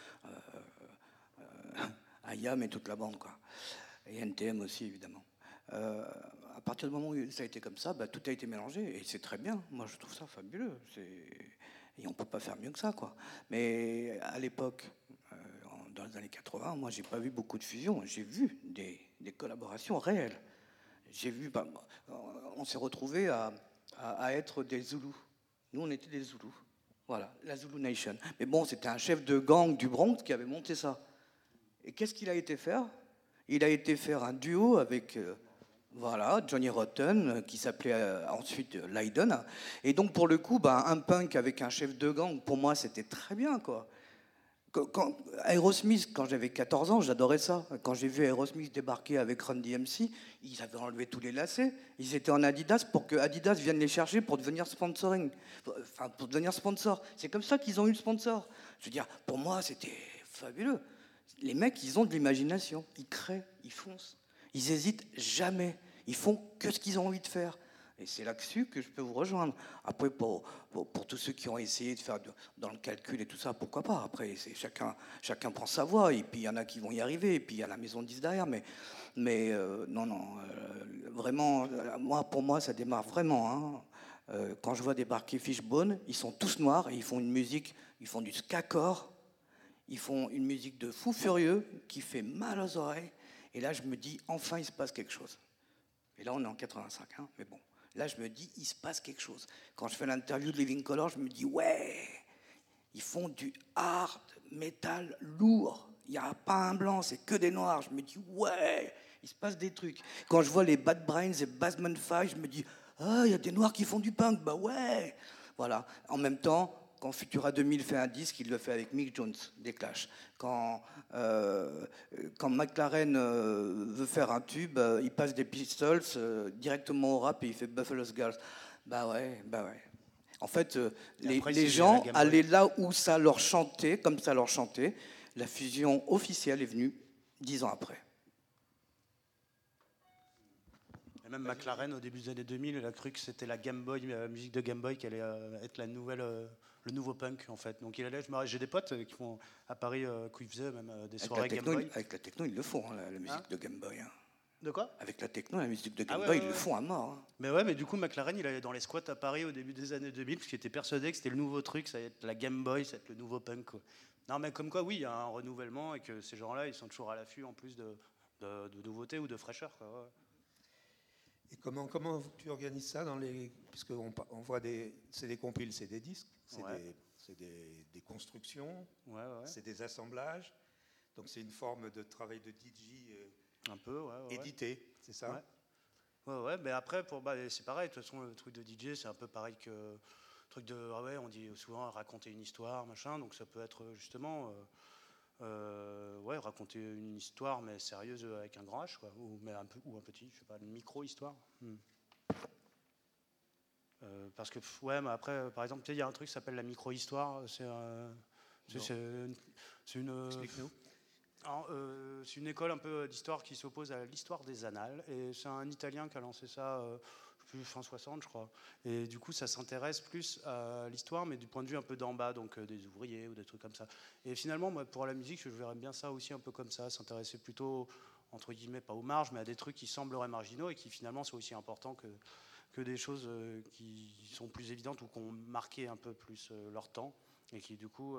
IAM et toute la bande, quoi. Et NTM aussi, évidemment. À partir du moment où ça a été comme ça, tout a été mélangé, et c'est très bien. Moi, je trouve ça fabuleux. Et on ne peut pas faire mieux que ça, quoi. Mais à l'époque, dans les années 80, moi, j'ai pas vu beaucoup de fusions. J'ai vu des collaborations réelles. J'ai vu, on s'est retrouvés à être des Zoulous. Nous, on était des Zoulous. Voilà, la Zulu Nation. Mais bon, c'était un chef de gang du Bronx qui avait monté ça. Et qu'est-ce qu'il a été faire ? Il a été faire un duo avec Johnny Rotten, qui s'appelait ensuite Lydon. Et donc, pour le coup, un punk avec un chef de gang, pour moi, c'était très bien, quoi. Aerosmith, quand j'avais 14 ans, j'adorais ça. Quand j'ai vu Aerosmith débarquer avec Run DMC, ils avaient enlevé tous les lacets. Ils étaient en Adidas pour que Adidas vienne les chercher pour devenir sponsoring. Enfin, pour devenir sponsor. C'est comme ça qu'ils ont eu le sponsor. Je veux dire, pour moi, c'était fabuleux. Les mecs, ils ont de l'imagination. Ils créent, ils foncent. Ils hésitent jamais. Ils font que ce qu'ils ont envie de faire. Et c'est là-dessus que je peux vous rejoindre. Après, pour tous ceux qui ont essayé de faire dans le calcul et tout ça, pourquoi pas. Après, chacun prend sa voie. Et puis, il y en a qui vont y arriver. Et puis, il y a la maison de 10 derrière. Mais vraiment, pour moi, ça démarre vraiment. Quand je vois débarquer Fishbone, ils sont tous noirs et ils font une musique, ils font du ska-core. Ils font une musique de fou furieux qui fait mal aux oreilles. Et là, je me dis, enfin, il se passe quelque chose. Et là, on est en 85, mais bon. Là, je me dis, il se passe quelque chose. Quand je fais l'interview de Living Colour, je me dis, ouais, ils font du hard metal lourd. Il n'y a pas un blanc, c'est que des noirs. Je me dis, ouais, il se passe des trucs. Quand je vois les Bad Brains et Basement 5, je me dis, il y a des noirs qui font du punk. Bah ouais. Voilà. En même temps, quand Futura 2000 fait un disque, il le fait avec Mick Jones, des Clash. Quand McLaren veut faire un tube, il passe des Pistols directement au rap et il fait Buffalo's Girls. Bah ouais. En fait, Et après, les c'est gens la Game Boy. allaient là où ça leur chantait, comme ça leur chantait. La fusion officielle est venue 10 ans après. Et même McLaren, au début des années 2000, elle a cru que c'était la Game Boy, la musique de Game Boy qui allait être la nouvelle, le nouveau punk, en fait. Donc il allait, j'ai des potes qui font à Paris, qui faisaient même des soirées Game Boy. Avec la techno, ils le font, hein, la musique de Game Boy. Hein. De quoi? Avec la techno, la musique de Game ouais, Boy, ouais, ils le font à mort. Hein. Mais ouais, mais du coup, McLaren, il allait dans les squats à Paris au début des années 2000 parce qu'il était persuadé que c'était le nouveau truc, ça allait être la Game Boy, ça allait être le nouveau punk. Quoi. Non, mais comme quoi, oui, il y a un renouvellement et que ces gens-là, ils sont toujours à l'affût en plus de nouveautés ou de fraîcheur. Quoi, ouais. Et comment tu organises ça dans les... Puisqu'on voit c'est des compiles, c'est des disques, c'est des constructions, c'est des assemblages. Donc c'est une forme de travail de DJ un peu, édité, c'est ça? Ouais, mais après, c'est pareil, de toute façon, le truc de DJ, c'est un peu pareil que le truc de... on dit souvent raconter une histoire, machin, donc ça peut être justement... raconter une histoire, mais sérieuse avec un grand H, quoi, ou un petit, je sais pas, une micro-histoire. Parce que, mais après, par exemple, il y a un truc qui s'appelle la micro-histoire, c'est une... Explique-nous. C'est une école un peu d'histoire qui s'oppose à l'histoire des annales, et c'est un Italien qui a lancé ça fin 60, je crois. Et du coup, ça s'intéresse plus à l'histoire, mais du point de vue un peu d'en bas, donc des ouvriers ou des trucs comme ça. Et finalement, moi, pour la musique, je verrais bien ça aussi un peu comme ça, s'intéresser plutôt, entre guillemets, pas aux marges, mais à des trucs qui sembleraient marginaux et qui finalement sont aussi importants que des choses qui sont plus évidentes ou qui ont marqué un peu plus leur temps, et qui, du coup...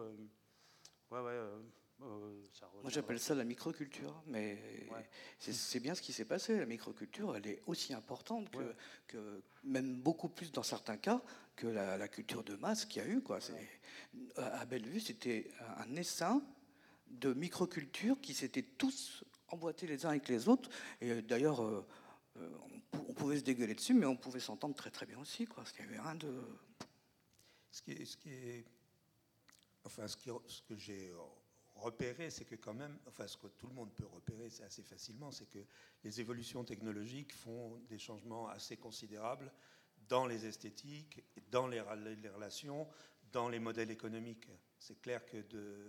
Moi j'appelle ça la microculture, mais c'est bien ce qui s'est passé. La microculture, elle est aussi importante que même beaucoup plus dans certains cas que la culture de masse qu'il y a eu. Quoi. À Bellevue, c'était un essaim de microculture qui s'étaient tous emboîtés les uns avec les autres. Et d'ailleurs, on pouvait se dégueuler dessus, mais on pouvait s'entendre très très bien aussi. Quoi, parce qu'il y avait rien de... Ce que j'ai repérer, c'est que quand même, ce que tout le monde peut repérer c'est assez facilement, c'est que les évolutions technologiques font des changements assez considérables dans les esthétiques, dans les relations, dans les modèles économiques. C'est clair que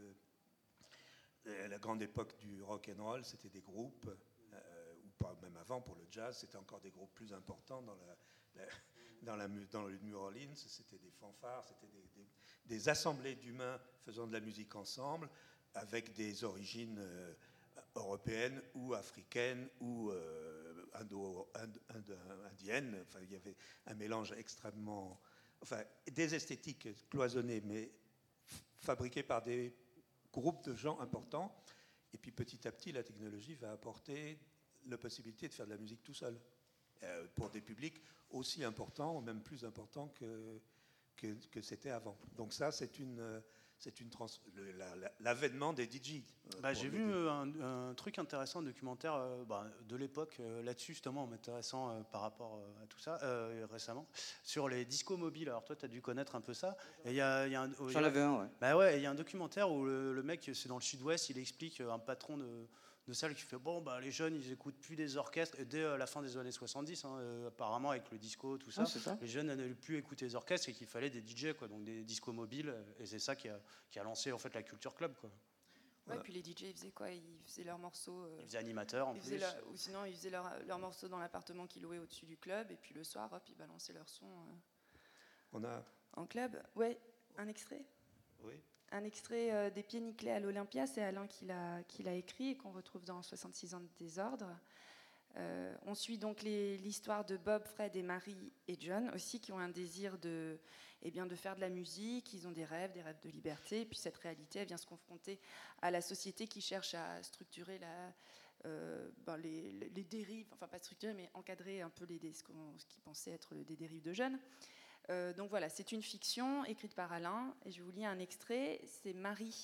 la grande époque du rock and roll, c'était des groupes, ou pas même avant pour le jazz, c'était encore des groupes plus importants dans le New Orleans, c'était des fanfares, c'était des assemblées d'humains faisant de la musique ensemble, avec des origines européennes ou africaines ou indiennes. Enfin, il y avait un mélange extrêmement... des esthétiques cloisonnées, mais fabriquées par des groupes de gens importants. Et puis petit à petit, la technologie va apporter la possibilité de faire de la musique tout seul, pour des publics aussi importants, ou même plus importants que c'était avant. Donc ça, c'est l'avènement des DJ. J'ai vu un truc intéressant, un documentaire de l'époque là-dessus, justement, en m'intéressant par rapport à tout ça récemment, sur les discos mobiles. Alors toi, tu as dû connaître un peu ça. J'en avais un, ouais. Il y a un documentaire où le mec, c'est dans le sud-ouest, il explique un patron de salle qui fait les jeunes ils écoutent plus des orchestres, et dès la fin des années 70 apparemment avec le disco tout ça, les jeunes n'avaient plus écouté des orchestres et qu'il fallait des DJ quoi, donc des discos mobiles, et c'est ça qui a lancé en fait la culture club quoi. Ouais, puis les DJ ils faisaient quoi? Ils faisaient leurs morceaux, ils faisaient animateurs en plus, ou sinon ils faisaient leurs morceaux dans l'appartement qu'ils louaient au-dessus du club, et puis le soir hop, ils balançaient leur son en club. Ouais, un extrait. Oui. Un extrait des Pieds nickelés à l'Olympia, c'est Alain qui l'a écrit et qu'on retrouve dans 66 ans de désordre. On suit donc l'histoire de Bob, Fred et Marie et John aussi, qui ont un désir de faire de la musique. Ils ont des rêves de liberté, et puis cette réalité elle vient se confronter à la société qui cherche à structurer les dérives, enfin pas structurer mais encadrer un peu ce qui pensait être des dérives de jeunes. Donc voilà, c'est une fiction écrite par Alain, et je vous lis un extrait. C'est Marie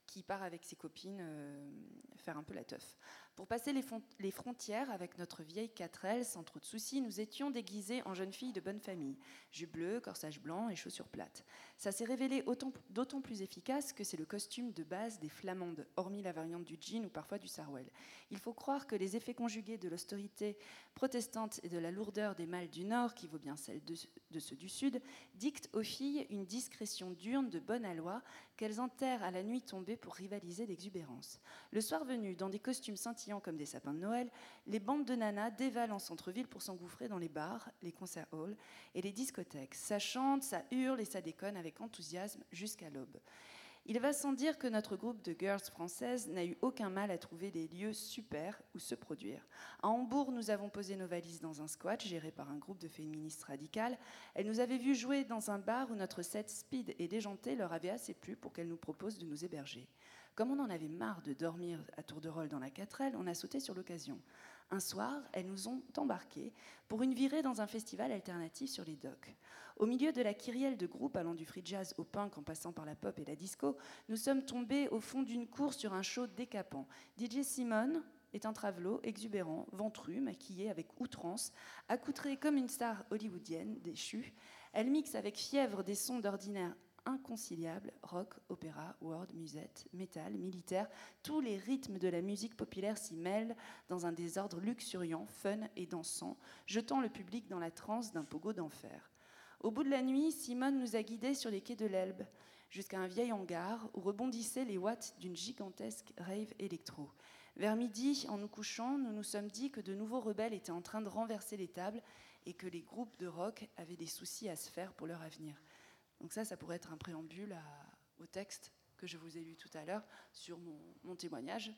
qui part avec ses copines faire un peu la teuf. Pour passer les frontières avec notre vieille 4L, sans trop de soucis, nous étions déguisés en jeunes filles de bonne famille. Jupe bleue, corsage blanc et chaussures plates. Ça s'est révélé d'autant plus efficace que c'est le costume de base des flamandes, hormis la variante du jean ou parfois du sarouel. Il faut croire que les effets conjugués de l'austérité protestante et de la lourdeur des mâles du Nord, qui vaut bien celle de ceux du Sud, dictent aux filles une discrétion diurne de bonne aloi qu'elles enterrent à la nuit tombée pour rivaliser d'exubérance. Le soir venu, dans des costumes scintillants comme des sapins de Noël, les bandes de nanas dévalent en centre-ville pour s'engouffrer dans les bars, les concert halls et les discothèques. Ça chante, ça hurle et ça déconne avec enthousiasme jusqu'à l'aube. Il va sans dire que notre groupe de girls françaises n'a eu aucun mal à trouver des lieux super où se produire. À Hambourg, nous avons posé nos valises dans un squat géré par un groupe de féministes radicales. Elles nous avaient vu jouer dans un bar où notre set speed et déjanté leur avait assez plu pour qu'elles nous proposent de nous héberger. Comme on en avait marre de dormir à tour de rôle dans la 4L, on a sauté sur l'occasion. Un soir, elles nous ont embarqués pour une virée dans un festival alternatif sur les docks. Au milieu de la kyrielle de groupes allant du free jazz au punk en passant par la pop et la disco, nous sommes tombés au fond d'une cour sur un show décapant. DJ Simone est un travelot exubérant, ventru, maquillé avec outrance, accoutré comme une star hollywoodienne déchue. Elle mixe avec fièvre des sons d'ordinaire inconciliables, rock, opéra, world, musette, métal, militaire, tous les rythmes de la musique populaire s'y mêlent dans un désordre luxuriant, fun et dansant, jetant le public dans la transe d'un pogo d'enfer. Au bout de la nuit, Simone nous a guidés sur les quais de l'Elbe, jusqu'à un vieil hangar où rebondissaient les watts d'une gigantesque rave électro. Vers midi, en nous couchant, nous nous sommes dit que de nouveaux rebelles étaient en train de renverser les tables et que les groupes de rock avaient des soucis à se faire pour leur avenir. Donc ça pourrait être un préambule au texte que je vous ai lu tout à l'heure sur mon témoignage.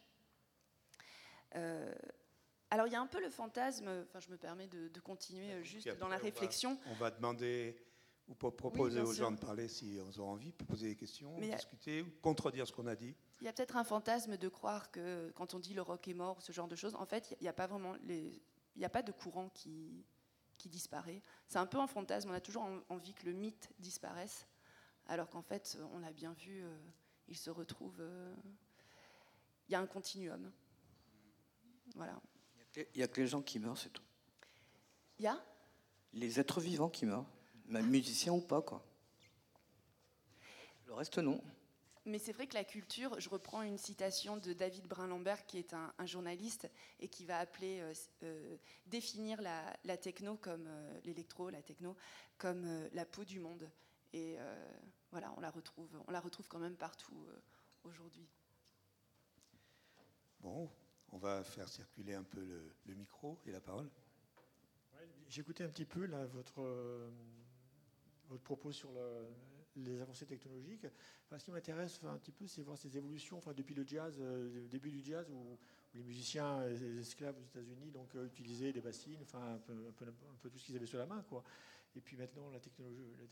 Alors il y a un peu le fantasme, enfin je me permets de continuer juste dans la réflexion. On va demander ou proposer aux gens de parler si on a envie, poser des questions, discuter ou contredire ce qu'on a dit. Il y a peut-être un fantasme de croire que quand on dit le rock est mort, ce genre de choses, en fait il n'y a pas vraiment il n'y a pas de courant qui disparaît. C'est un peu un fantasme, on a toujours envie que le mythe disparaisse, alors qu'en fait, on l'a bien vu, il se retrouve... Il y a un continuum. Voilà. Il n'y a que les gens qui meurent, c'est tout. Il y a les êtres vivants qui meurent, même musiciens ou pas, quoi. Le reste, non. Mais c'est vrai que la culture, je reprends une citation de David Brin-Lambert, qui est un journaliste, et qui va appeler, définir la techno comme l'électro, la techno, comme la peau du monde. Et voilà, on la retrouve quand même partout aujourd'hui. Bon, on va faire circuler un peu le micro et la parole. Ouais, j'écoutais un petit peu là, votre propos sur les avancées technologiques. Enfin, ce qui m'intéresse un petit peu, c'est voir ces évolutions. Enfin, depuis le jazz, le début du jazz, où les musiciens, les esclaves aux États-Unis, donc utilisaient des bassines, enfin un peu tout ce qu'ils avaient sur la main, quoi. Et puis maintenant, la techno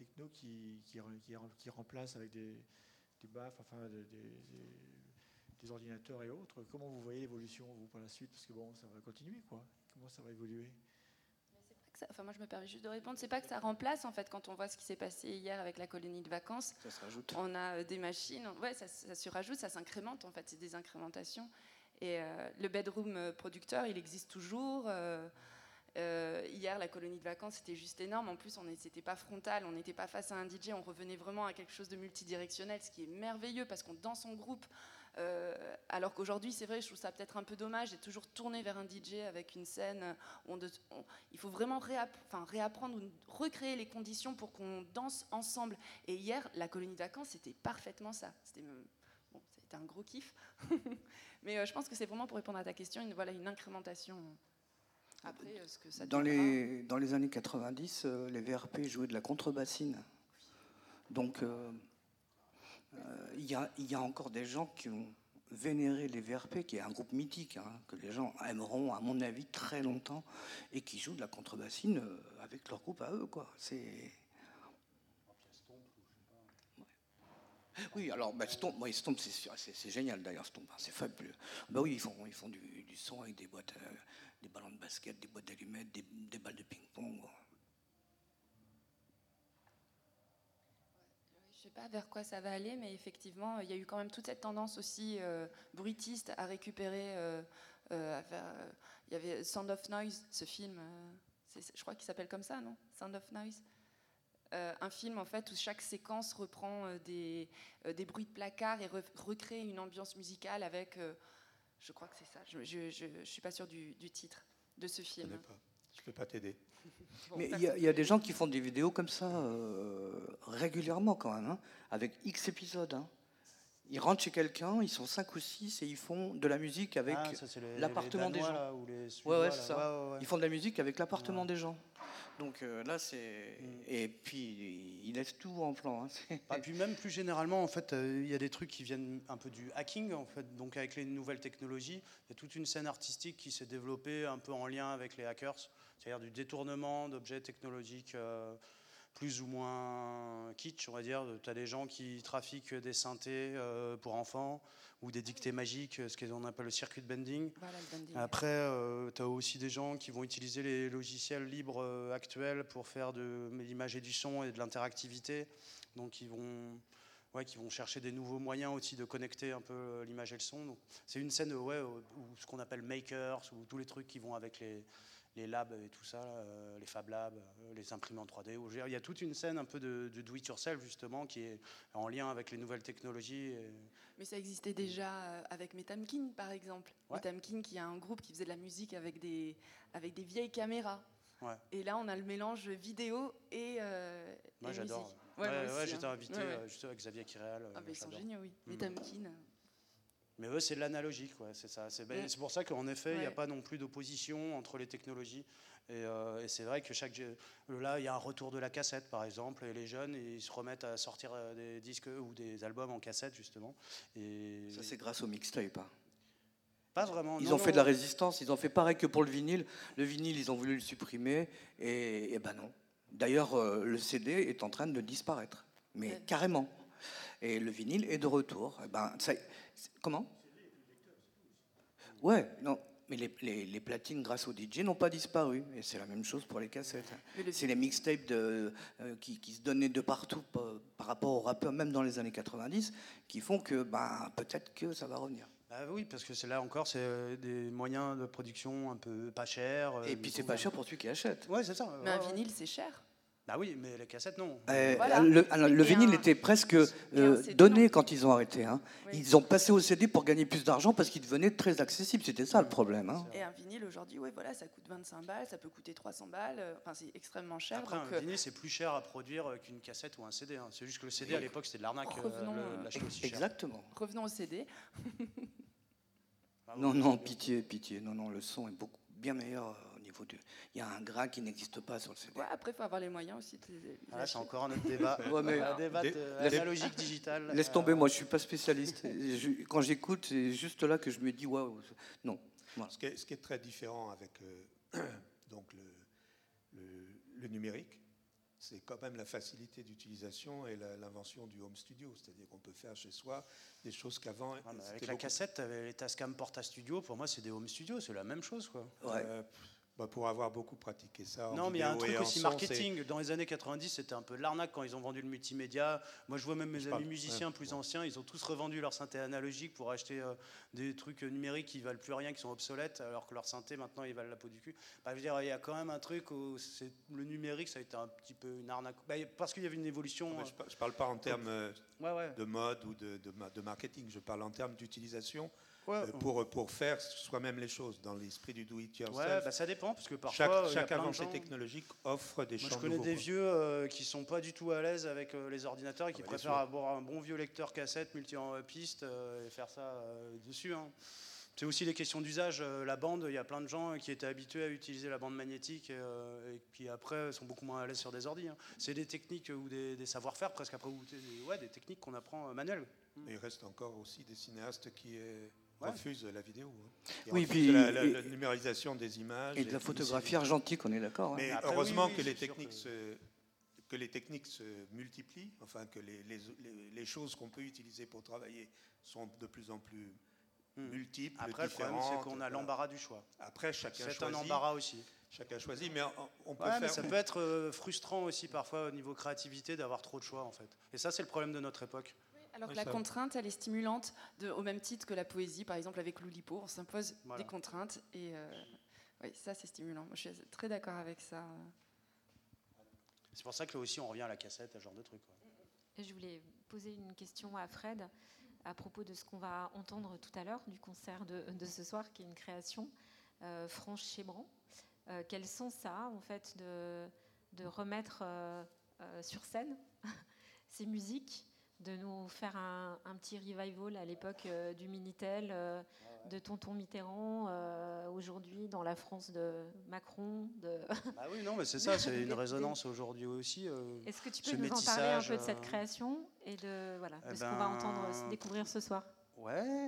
qui remplace avec des baffes, enfin des ordinateurs et autres. Comment vous voyez l'évolution, vous, par la suite? Parce que bon, ça va continuer, quoi. Comment ça va évoluer? Moi je me permets juste de répondre, c'est pas que ça remplace en fait, quand on voit ce qui s'est passé hier avec la colonie de vacances, ça se rajoute. On a des machines, ouais, ça se rajoute, ça s'incrémente en fait, c'est des incrémentations. Et le bedroom producteur, il existe toujours. Hier, la colonie de vacances, c'était juste énorme. En plus, c'était pas frontal, on n'était pas face à un DJ, on revenait vraiment à quelque chose de multidirectionnel, ce qui est merveilleux parce qu'on danse en groupe. Alors qu'aujourd'hui, c'est vrai, je trouve ça peut-être un peu dommage d'être toujours tourné vers un DJ avec une scène où il faut vraiment réapprendre ou recréer les conditions pour qu'on danse ensemble. Et hier, la colonie de vacances, c'était parfaitement ça. C'était un gros kiff. Mais je pense que c'est vraiment, pour répondre à ta question, une incrémentation. Après, ce que ça dans les années 90, les VRP jouaient de la contrebassine. Donc, il y a encore des gens qui ont vénéré les VRP, qui est un groupe mythique, hein, que les gens aimeront, à mon avis, très longtemps, et qui jouent de la contrebassine avec leur groupe à eux, quoi. C'est... Oui, alors Stomp, c'est génial d'ailleurs, Stomp, hein, c'est fabuleux. Bah oui, ils font du son avec des boîtes, des ballons de basket, des boîtes d'allumettes, des balles de ping-pong. Je sais pas vers quoi ça va aller, mais effectivement, il y a eu quand même toute cette tendance aussi bruitiste à récupérer. Il y avait Sound of Noise, ce film, je crois qu'il s'appelle comme ça, non? Sound of Noise. Un film en fait où chaque séquence reprend des bruits de placard et recrée une ambiance musicale avec, je crois que c'est ça, je suis pas sûre du titre de ce film. Je peux pas t'aider. Bon, mais il y a des gens qui font des vidéos comme ça régulièrement quand même, hein, avec X épisodes. Hein. Ils rentrent chez quelqu'un, ils sont 5 ou 6 et ils font de la musique avec l'appartement des gens. Là, ou les ouais, c'est ça. Ouais. Ils font de la musique avec l'appartement des gens. Donc là, c'est... Et puis, ils laissent tout en plan. Hein. Et puis même plus généralement, en fait, il y a des trucs qui viennent un peu du hacking, en fait. Donc avec les nouvelles technologies, il y a toute une scène artistique qui s'est développée un peu en lien avec les hackers. C'est-à-dire du détournement d'objets technologiques plus ou moins kitsch, on va dire. Tu as des gens qui trafiquent des synthés pour enfants ou des dictées magiques, ce qu'on appelle le circuit bending. Voilà, le bending. Après, tu as aussi des gens qui vont utiliser les logiciels libres actuels pour faire de l'image et du son et de l'interactivité. Donc, qui vont chercher des nouveaux moyens aussi de connecter un peu l'image et le son. Donc, c'est une scène où ce qu'on appelle makers, ou tous les trucs qui vont avec les labs et tout ça, les Fab Labs, les imprimantes 3D. Il y a toute une scène un peu de do-it-yourself, justement, qui est en lien avec les nouvelles technologies. Mais ça existait déjà avec Metamkin, par exemple. Ouais. Metamkin, qui a un groupe qui faisait de la musique avec des vieilles caméras. Ouais. Et là, on a le mélange vidéo et moi, et j'adore. musique. Ouais, j'étais invité Ouais. Juste avec Xavier Kiréal. Ils sont géniaux, oui. Metamkin. Mais eux, c'est de l'analogique, c'est ça. C'est pour ça qu'en effet, il n'y a pas non plus d'opposition entre les technologies. Et c'est vrai que là, il y a un retour de la cassette, par exemple, et les jeunes, ils se remettent à sortir des disques ou des albums en cassette, justement. Et ça, c'est grâce au mixtape. Hein. Pas vraiment. Ils ont fait de la résistance. Ils ont fait pareil que pour le vinyle. Le vinyle, ils ont voulu le supprimer. Et ben non. D'ailleurs, le CD est en train de disparaître. Mais carrément. Et le vinyle est de retour. Et ben, comment ? Ouais, non. Mais les platines, grâce aux DJ, n'ont pas disparu. Et c'est la même chose pour les cassettes. C'est les mixtapes qui se donnaient de partout par rapport aux rappeurs, même dans les années 90, qui font que peut-être que ça va revenir. Oui, parce que c'est là encore, c'est des moyens de production un peu pas chers. Et puis c'est pas cher pour celui qui achète. Ouais, c'est ça. Mais un vinyle, c'est cher. Bah oui, mais les cassettes, non. Voilà. Le vinyle était presque donné quand ils ont arrêté. Hein. Oui. Ils ont passé au CD pour gagner plus d'argent parce qu'il devenait très accessible. C'était ça le problème. Hein. Et un vinyle aujourd'hui, ça coûte 25 balles, ça peut coûter 300 balles. Enfin, c'est extrêmement cher. Après, un vinyle, c'est plus cher à produire qu'une cassette ou un CD. Hein. C'est juste que le CD, à l'époque, c'était de l'arnaque. Revenons, exactement. Revenons au CD. Non, pitié. Non, le son est bien meilleur. Il y a un grain qui n'existe pas sur le CD. Ouais, après, il faut avoir les moyens aussi. C'est encore un autre débat. Un débat analogique digital. Laisse tomber, moi je ne suis pas spécialiste. Quand j'écoute, c'est juste là que je me dis waouh. Non. Voilà. Ce qui est très différent avec donc le numérique, c'est quand même la facilité d'utilisation et l'invention du home studio. C'est-à-dire qu'on peut faire chez soi des choses qu'avant... avec la cassette, les Tascam Porta Studio, pour moi, c'est des home studios. C'est la même chose, quoi. Ouais. Pour avoir beaucoup pratiqué ça. Non, mais il y a un truc aussi marketing. Dans les années 90, c'était un peu de l'arnaque quand ils ont vendu le multimédia. Moi, je vois même mes amis musiciens plus anciens, ils ont tous revendu leur synthé analogique pour acheter des trucs numériques qui valent plus rien, qui sont obsolètes, alors que leur synthé, maintenant, ils valent la peau du cul. Je veux dire, il y a quand même un truc où le numérique, ça a été un petit peu une arnaque. Parce qu'il y avait une évolution. Je parle pas en termes de mode ou de marketing. Je parle en termes d'utilisation. Pour faire soi-même les choses dans l'esprit du do-it-yourself. Ça dépend parce que parfois chaque avancée technologique offre des champs nouveaux. Je connais des vieux qui sont pas du tout à l'aise avec les ordinateurs et qui préfèrent avoir un bon vieux lecteur cassette multi-piste et faire ça dessus. Hein. C'est aussi des questions d'usage. La bande, il y a plein de gens qui étaient habitués à utiliser la bande magnétique et qui après sont beaucoup moins à l'aise sur des ordis. Hein. C'est des techniques ou des savoir-faire presque après, des techniques qu'on apprend manuelles. Il reste encore aussi des cinéastes qui refusent la vidéo. Oui, puis la numérisation des images. Et de la photographie argentique, on est d'accord. Hein. Mais après, heureusement que les techniques se multiplient, enfin que les choses qu'on peut utiliser pour travailler sont de plus en plus multiples, Après, le problème, différentes. c'est qu'on a l'embarras du choix. Après, chacun C'est choisit. un embarras aussi. Chacun choisit, mais on peut Ouais, faire. mais ça peut être frustrant aussi parfois au niveau créativité d'avoir trop de choix en fait. Et ça, c'est le problème de notre époque. Alors que Oui, la ça- contrainte, elle est stimulante, au même titre que la poésie, par exemple avec l'Oulipo, on s'impose Voilà. des contraintes et oui, ça c'est stimulant. Moi, je suis très d'accord avec ça. C'est pour ça que là aussi, on revient à la cassette, à ce genre de truc. Quoi. Et je voulais poser une question à Fred à propos de ce qu'on va entendre tout à l'heure du concert de ce soir, qui est une création, Franche Chébran. Quel sens ça a en fait de remettre sur scène ces musiques, de nous faire un petit revival à l'époque du Minitel, de Tonton Mitterrand, aujourd'hui dans la France de Macron. Ah oui, non, mais c'est ça, c'est une résonance aujourd'hui aussi. Est-ce que tu ce peux nous en parler un métissage, peu de cette création et de ce qu'on va entendre, découvrir ce soir? Ouais.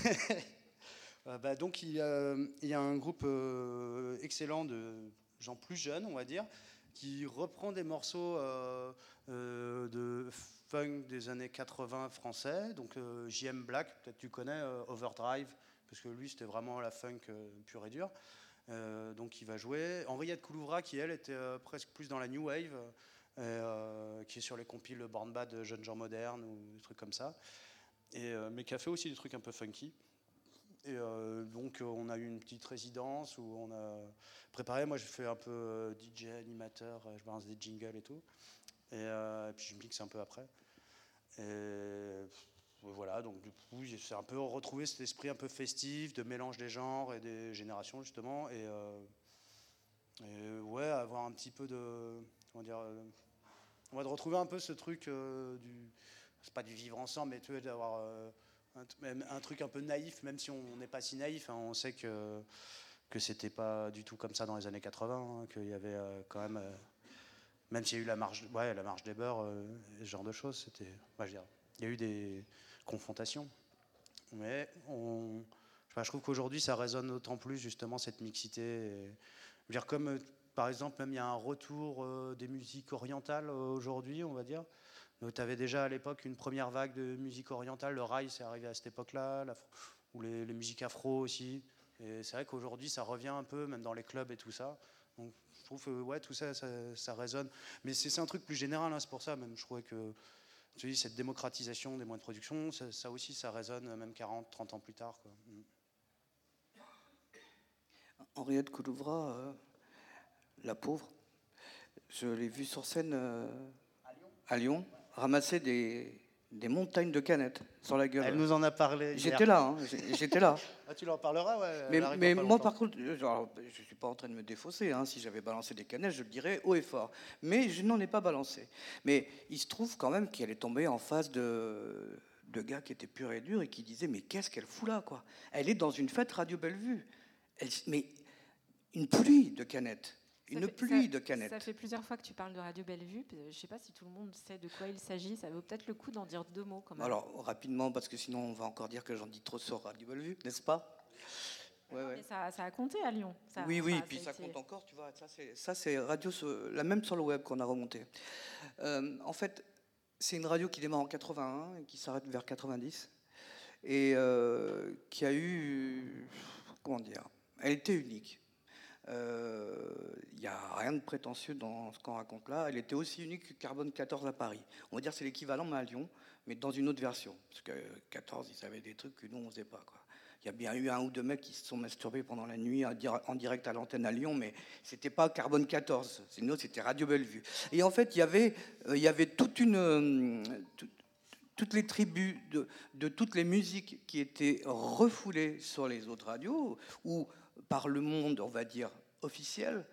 Donc il y a un groupe excellent de gens plus jeunes, on va dire, qui reprend des morceaux de funk des années 80 français. Donc J.M. Black, peut-être tu connais, Overdrive, parce que lui c'était vraiment la funk pure et dure. Donc il va jouer. Henriette Koulouvra, qui elle était presque plus dans la new wave, qui est sur les compiles Born Bad de Jeunes gens modernes ou des trucs comme ça. Mais qui a fait aussi des trucs un peu funky. Et donc on a eu une petite résidence où on a préparé. Moi j'ai fait un peu DJ, animateur, je balance des jingles et tout. Et puis je mixe un peu après. Et voilà, donc du coup j'ai un peu retrouvé cet esprit un peu festif, de mélange des genres et des générations justement. Et ouais, avoir un petit peu de... Comment dire, on va retrouver un peu ce truc du... C'est pas du vivre ensemble, mais tu vois, d'avoir... un truc un peu naïf, même si on n'est pas si naïf, hein, on sait que c'était pas du tout comme ça dans les années 80, hein, qu'il y avait quand même s'il y a eu la marche des beurs, ce genre de choses, c'était, je veux dire, il y a eu des confrontations, mais je trouve qu'aujourd'hui ça résonne d'autant plus justement cette mixité, je veux dire, comme par exemple même il y a un retour des musiques orientales aujourd'hui, on va dire. Donc, tu avais déjà à l'époque une première vague de musique orientale, le raï, c'est arrivé à cette époque-là, ou les musiques afro aussi. Et c'est vrai qu'aujourd'hui, ça revient un peu, même dans les clubs et tout ça. Donc, je trouve que ouais, tout ça, ça résonne. Mais c'est un truc plus général, hein, c'est pour ça, même, je trouvais que tu dis, cette démocratisation des moyens de production, ça aussi, ça résonne même 40, 30 ans plus tard. Quoi. Henriette Koulouvra, la pauvre, je l'ai vue sur scène à Lyon. Ramasser des montagnes de canettes sur la gueule. Elle nous en a parlé. J'étais là, hein, j'étais là. Ah, tu leur parleras, ouais. Mais moi, par contre, je ne suis pas en train de me défausser. Hein. Si j'avais balancé des canettes, je le dirais haut et fort. Mais je n'en ai pas balancé. Mais il se trouve quand même qu'elle est tombée en face de gars qui étaient purs et durs et qui disaient mais qu'est-ce qu'elle fout là, quoi. Elle est dans une fête Radio Bellevue. Mais une pluie de canettes. Une pluie de canettes. Ça fait plusieurs fois que tu parles de Radio Bellevue. Je ne sais pas si tout le monde sait de quoi il s'agit. Ça vaut peut-être le coup d'en dire deux mots quand même. Alors, rapidement, parce que sinon on va encore dire que j'en dis trop sur Radio Bellevue, n'est-ce pas? Ouais. Mais ça a compté à Lyon. Oui, puis ça compte encore, tu vois. Ça, c'est radio, la même sur le web qu'on a remonté. En fait, c'est une radio qui démarre en 81 et qui s'arrête vers 90. Et qui a eu... Comment dire? Elle était unique. Il n'y a rien de prétentieux dans ce qu'on raconte là. Elle était aussi unique que Carbone 14 à Paris. On va dire que c'est l'équivalent, mais à Lyon, mais dans une autre version. Parce que 14, ils savaient des trucs que nous, on ne faisait pas, quoi. Il y a bien eu un ou deux mecs qui se sont masturbés pendant la nuit en direct à l'antenne à Lyon, mais c'était pas Carbone 14. Sinon, c'était Radio Bellevue. Et en fait, il y avait toutes les tribus de toutes les musiques qui étaient refoulées sur les autres radios, ou par le monde, on va dire, officiel,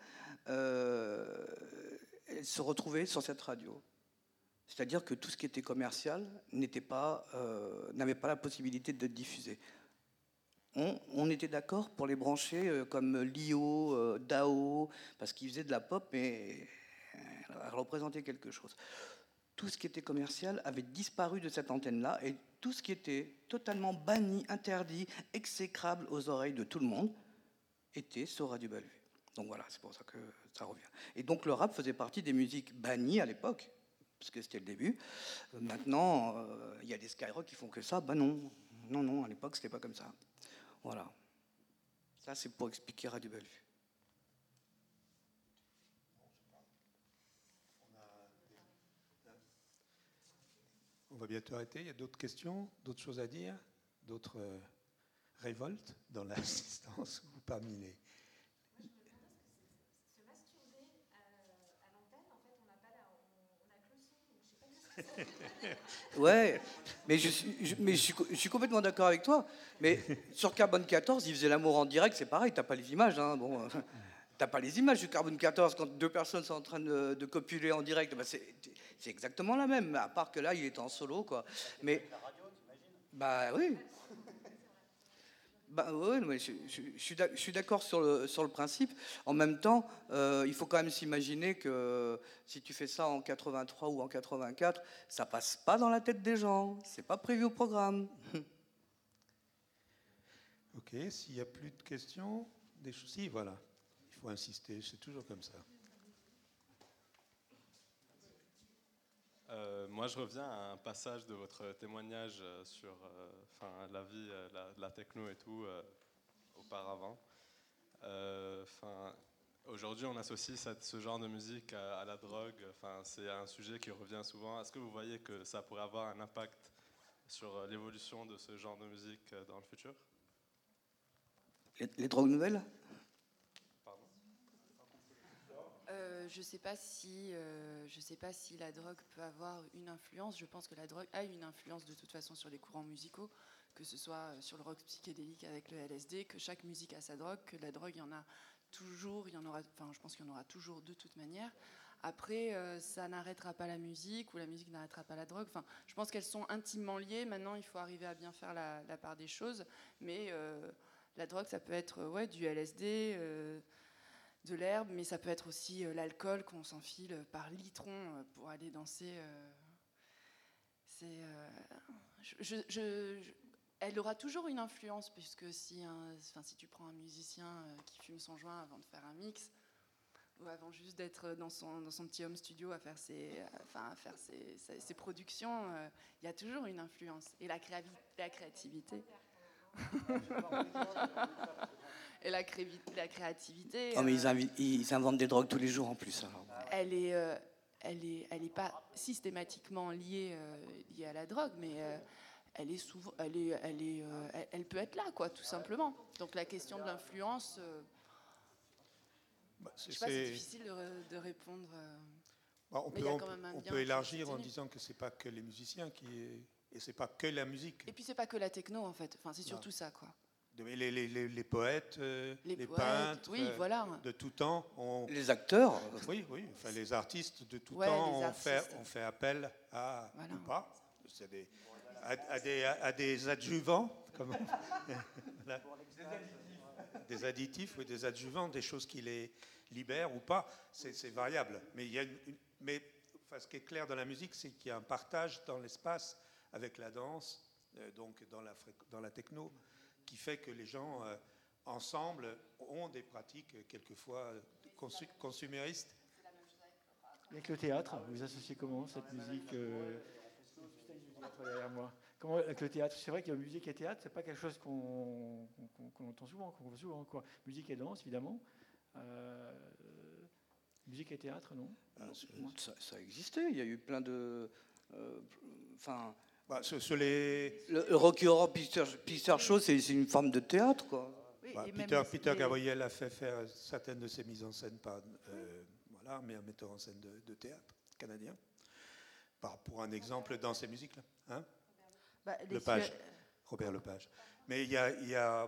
se retrouvaient sur cette radio. C'est-à-dire que tout ce qui était commercial n'avait pas la possibilité d'être diffusé. On était d'accord pour les brancher comme Lio, Dao, parce qu'ils faisaient de la pop, mais elle représentait quelque chose. Tout ce qui était commercial avait disparu de cette antenne-là, et tout ce qui était totalement banni, interdit, exécrable aux oreilles de tout le monde, était sur Radio Bellevue. Donc voilà, c'est pour ça que ça revient. Et donc le rap faisait partie des musiques bannies à l'époque, parce que c'était le début. Maintenant, il y a des Skyrock qui font que ça. Ben non, à l'époque, c'était pas comme ça. Voilà. Ça, c'est pour expliquer Radio Bellevue. On va bientôt arrêter. Il y a d'autres questions, d'autres choses à dire, d'autres révoltes dans l'assistance ou parmi les... Moi, je me demandais, est-ce que se masturber à l'antenne, en fait, on n'a que le son, donc je sais pas ce que ça. Ouais, mais je suis complètement d'accord avec toi. Mais sur Carbone 14, ils faisaient l'amour en direct, c'est pareil, t'as pas les images. Hein, bon, t'as pas les images du Carbone 14 quand deux personnes sont en train de copuler en direct. Bah, c'est exactement la même, à part que là, il était en solo, quoi. Mais bah oui. Bah oui, mais je suis d'accord sur le principe. En même temps, il faut quand même s'imaginer que si tu fais ça en 83 ou en 84, ça passe pas dans la tête des gens. C'est pas prévu au programme. Ok, s'il n'y a plus de questions, des choses... Si, voilà. Il faut insister, c'est toujours comme ça. Moi, je reviens à un passage de votre témoignage sur la vie, la techno et tout, auparavant. Aujourd'hui, on associe ce genre de musique à la drogue. C'est un sujet qui revient souvent. Est-ce que vous voyez que ça pourrait avoir un impact sur l'évolution de ce genre de musique dans le futur? Les drogues nouvelles? Je sais pas si la drogue peut avoir une influence. Je pense que la drogue a une influence de toute façon sur les courants musicaux, que ce soit sur le rock psychédélique avec le LSD, que chaque musique a sa drogue, que la drogue, il y en a toujours, il y en aura, je pense qu'il y en aura toujours de toute manière. Après, ça n'arrêtera pas la musique ou la musique n'arrêtera pas la drogue. Je pense qu'elles sont intimement liées. Maintenant, il faut arriver à bien faire la part des choses. Mais la drogue, ça peut être du LSD, de l'herbe, mais ça peut être aussi l'alcool qu'on s'enfile par litron pour aller danser. Elle aura toujours une influence, puisque si tu prends un musicien qui fume son joint avant de faire un mix, ou avant juste d'être dans son petit home studio à faire ses productions, il y a toujours une influence. Et la créativité. Et la créativité. Oh, mais ils inventent des drogues tous les jours en plus. Alors. Elle est pas systématiquement liée à la drogue, mais elle est souvent, elle peut être là, quoi, tout simplement. Donc la question de l'influence, je sais pas, c'est difficile de répondre. On peut élargir en disant que c'est pas que les musiciens et c'est pas que la musique. Et puis c'est pas que la techno en fait. C'est surtout ça, quoi. Les poètes, les peintres, oui, voilà. de tout temps. Les acteurs. Oui, les artistes de tout temps ont fait appel à, ou pas, à des adjuvants, des additifs, ou des adjuvants, des choses qui les libèrent ou pas. C'est variable. Mais ce qui est clair dans la musique, c'est qu'il y a un partage dans l'espace avec la danse, donc dans la techno, qui fait que les gens, ensemble, ont des pratiques quelquefois consuméristes. Avec le théâtre, vous associez comment cette musique derrière moi? Comment, avec le théâtre, c'est vrai que musique et théâtre, c'est pas quelque chose qu'on entend souvent, qu'on voit souvent, quoi. Musique et danse, évidemment. Musique et théâtre, non? Ça existait. Il y a eu plein de... Le Rocky Horror Picture Show, c'est une forme de théâtre, quoi. Oui, Peter Gabriel a fait faire certaines de ses mises en scène mais un metteur en scène de théâtre canadien. Pour un exemple dans ces musiques-là. Hein, Lepage. Robert Lepage. Mais il y a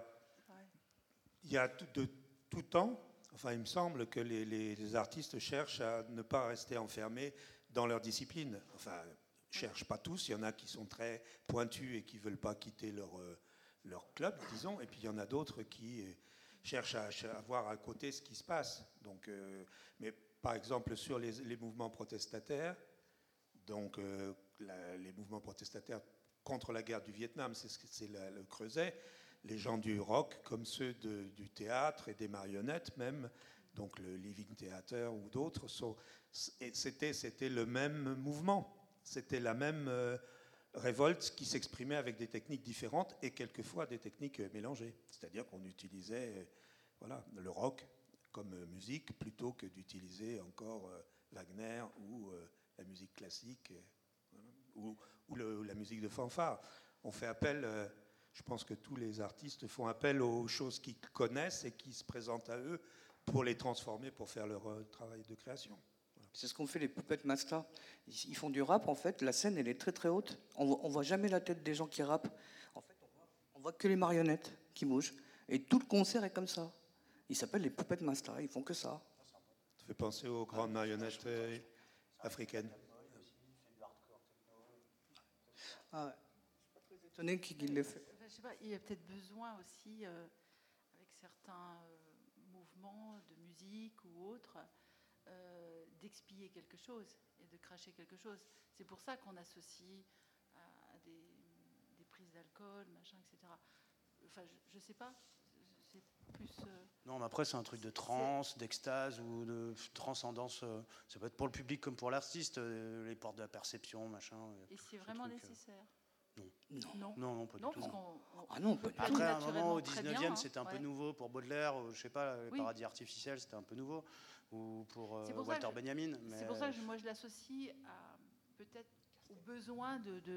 de tout temps, il me semble que les artistes cherchent à ne pas rester enfermés dans leur discipline. Cherchent pas tous, il y en a qui sont très pointus et qui veulent pas quitter leur club, disons, et puis il y en a d'autres qui cherchent à voir à côté ce qui se passe. Donc, mais par exemple sur les mouvements protestataires, donc les mouvements protestataires contre la guerre du Vietnam, c'est le creuset. Les gens du rock, comme ceux du théâtre et des marionnettes même, donc le Living Theater ou d'autres, c'était le même mouvement. C'était la même révolte qui s'exprimait avec des techniques différentes et quelquefois des techniques mélangées. C'est-à-dire qu'on utilisait le rock comme musique plutôt que d'utiliser encore Wagner ou la musique classique ou la musique de fanfare. On fait appel, je pense que tous les artistes font appel aux choses qu'ils connaissent et qui se présentent à eux pour les transformer, pour faire leur travail de création. C'est ce qu'ont fait les Puppet Master. Ils font du rap, en fait. La scène, elle est très très haute. On voit jamais la tête des gens qui rappent. En fait, on voit que les marionnettes qui bougent. Et tout le concert est comme ça. Ils s'appellent les Puppet Master. Ils font que ça. Ça fait penser aux grandes marionnettes africaines. Ah ouais. Je suis pas très étonné qu'il l'ait fait. Je sais pas, il y a peut-être besoin aussi, avec certains mouvements de musique ou autres, d'expier quelque chose et de cracher quelque chose. C'est pour ça qu'on associe à des prises d'alcool, machin, etc. Enfin, je sais pas. C'est plus. Non, mais après, c'est un truc de transe, d'extase ou de transcendance. Ça peut être pour le public comme pour l'artiste, les portes de la perception, machin. Et c'est vraiment nécessaire? Non, pas du tout. Non, pas du tout. Après, à un moment, au 19e, bien, c'était un peu nouveau pour Baudelaire, je sais pas, les paradis artificiels, c'était un peu nouveau, ou pour Walter Benjamin. C'est pour ça que moi je l'associe à peut-être au besoin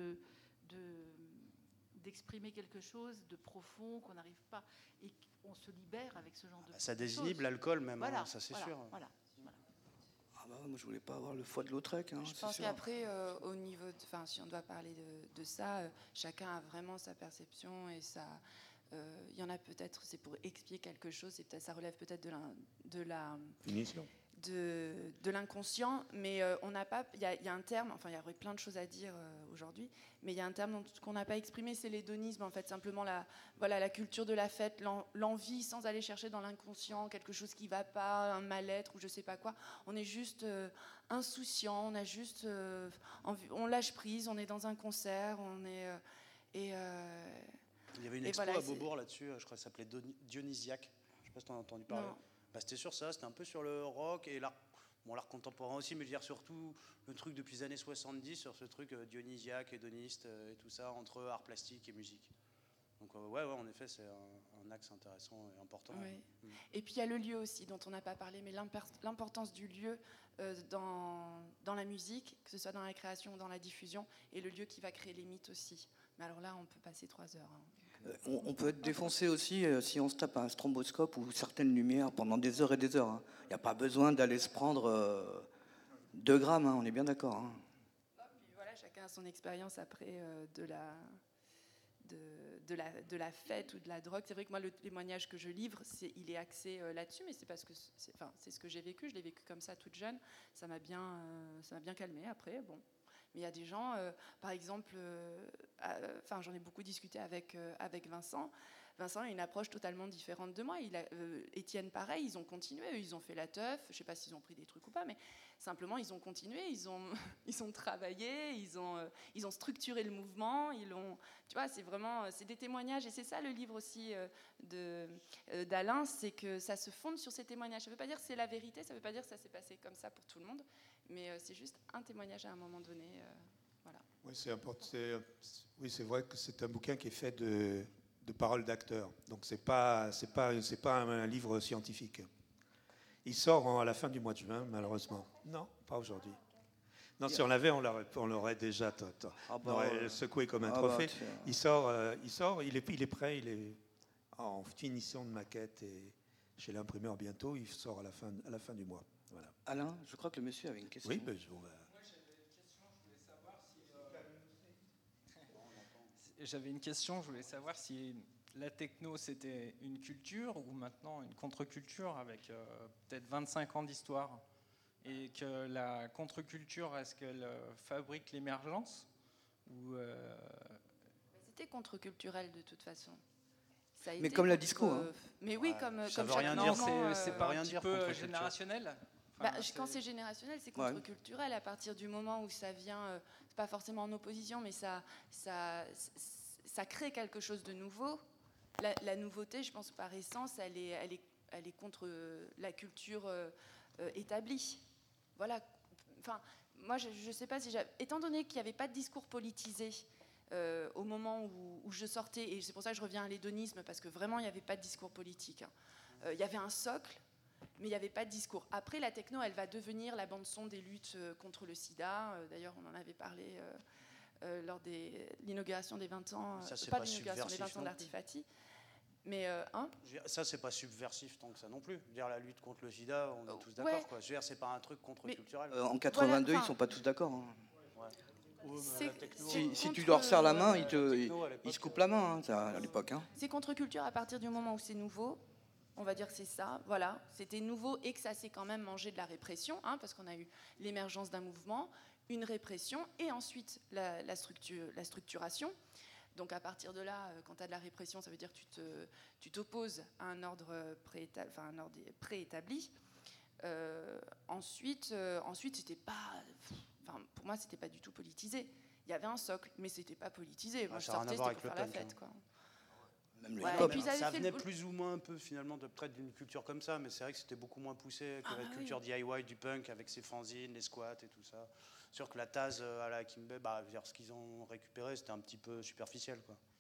d'exprimer quelque chose de profond qu'on n'arrive pas, et qu'on se libère avec ce genre de ça désinhibe l'alcool même, voilà, ça c'est voilà, sûr. Voilà. Moi, je voulais pas avoir le foie de Lautrec. Je pense qu'après, au niveau, si on doit parler de ça, chacun a vraiment sa perception et ça. Il y en a peut-être, c'est pour expier quelque chose, ça relève peut-être de la Finition. De l'inconscient, mais on n'a pas. Il y a un terme. Enfin, il y aurait plein de choses à dire aujourd'hui, mais il y a un terme qu'on n'a pas exprimé, c'est l'hédonisme. En fait, simplement la culture de la fête, l'envie sans aller chercher dans l'inconscient quelque chose qui va pas, un mal-être ou je sais pas quoi. On est juste insouciant. On a juste, on lâche prise. On est dans un concert. On est Il y avait une expo à Beaubourg là-dessus. Je crois que ça s'appelait Dionysiaque. Je sais pas si tu en as entendu parler. C'était sur ça, c'était un peu sur le rock et l'art contemporain aussi, mais je veux dire surtout le truc depuis les années 70, sur ce truc dionysiaque, hédoniste et tout ça, entre art plastique et musique. Donc ouais, en effet, c'est un axe intéressant et important. Ouais. Et puis il y a le lieu aussi, dont on n'a pas parlé, mais l'importance du lieu dans la musique, que ce soit dans la création ou dans la diffusion, et le lieu qui va créer les mythes aussi. Mais alors là, on peut passer 3 heures. On peut être défoncé aussi si on se tape un stromboscope ou certaines lumières pendant des heures et des heures. Il n'y a pas besoin d'aller se prendre 2 grammes, on est bien d'accord. Puis voilà, chacun a son expérience après de la fête ou de la drogue. C'est vrai que moi, le témoignage que je livre, il est axé là-dessus, mais c'est parce que c'est ce que j'ai vécu. Je l'ai vécu comme ça toute jeune. Ça m'a bien calmée après. Bon. Mais il y a des gens, par exemple, j'en ai beaucoup discuté avec Vincent. Vincent a une approche totalement différente de moi. Étienne, pareil, ils ont continué. Ils ont fait la teuf. Je ne sais pas s'ils ont pris des trucs ou pas, mais simplement, ils ont continué. Ils ont travaillé. Ils ont structuré le mouvement. Tu vois, c'est des témoignages. Et c'est ça le livre aussi d'Alain, c'est que ça se fonde sur ces témoignages. Ça ne veut pas dire que c'est la vérité. Ça ne veut pas dire que ça s'est passé comme ça pour tout le monde. Mais c'est juste un témoignage à un moment donné. Voilà. Oui, c'est important. C'est vrai que c'est un bouquin qui est fait de paroles d'acteurs. Donc c'est pas un livre scientifique. Il sort à la fin du mois de juin, malheureusement. Non, pas aujourd'hui. Non, si on l'avait, on l'aurait déjà secoué comme un trophée. Il sort, il est prêt, il est en finition de maquette et chez l'imprimeur bientôt. Il sort à la fin du mois. Voilà. Alain, je crois que le monsieur avait une question. Oui, Moi, j'avais une question, je voulais savoir si la techno, c'était une culture ou maintenant une contre-culture avec peut-être 25 ans d'histoire. Et que la contre-culture, est-ce qu'elle fabrique l'émergence ou C'était contre-culturel de toute façon. Mais comme la disco. Mais oui, comme ça veut chaque rien moment, dire. c'est pas rien un petit dire peu contre générationnel? Quand c'est générationnel, c'est contre-culturel. À partir du moment où ça vient, c'est pas forcément en opposition, mais ça crée quelque chose de nouveau. La nouveauté, je pense, par essence, elle est contre la culture établie. Voilà. Enfin, moi, je sais pas si étant donné qu'il n'y avait pas de discours politisé, au moment où je sortais, et c'est pour ça que je reviens à l'hédonisme, parce que vraiment, il n'y avait pas de discours politique. Il y avait un socle, mais il n'y avait pas de discours. Après, la techno, elle va devenir la bande-son des luttes contre le sida. D'ailleurs, on en avait parlé lors de l'inauguration des 20 ans, pas l'inauguration des 20 ans d'Artifati. Mais ça, c'est pas subversif tant que ça non plus. Dire la lutte contre le sida, on est tous d'accord. Quoi. Je veux dire, c'est pas un truc contre-culturel. En 82, ils sont pas tous d'accord. Hein. Ouais. Si tu leur serres la main, ils se coupent la main à l'époque. Hein. C'est contre-culture à partir du moment où c'est nouveau. On va dire que c'est ça, voilà. C'était nouveau et que ça s'est quand même mangé de la répression, parce qu'on a eu l'émergence d'un mouvement, une répression et ensuite la structuration. Donc à partir de là, quand tu as de la répression, ça veut dire que tu t'opposes à un ordre préétabli. Ensuite, c'était pas... pour moi, c'était pas du tout politisé. Il y avait un socle, mais c'était pas politisé. Moi, je sortais, c'était pour faire la fête, quoi. Même ça venait plus ou moins un peu finalement peut-être d'une culture comme ça, mais c'est vrai que c'était beaucoup moins poussé que la culture DIY du punk avec ses fanzines, les squats et tout ça. Sûr que la Taz à la Kimbe, ce qu'ils ont récupéré, c'était un petit peu superficiel, quoi.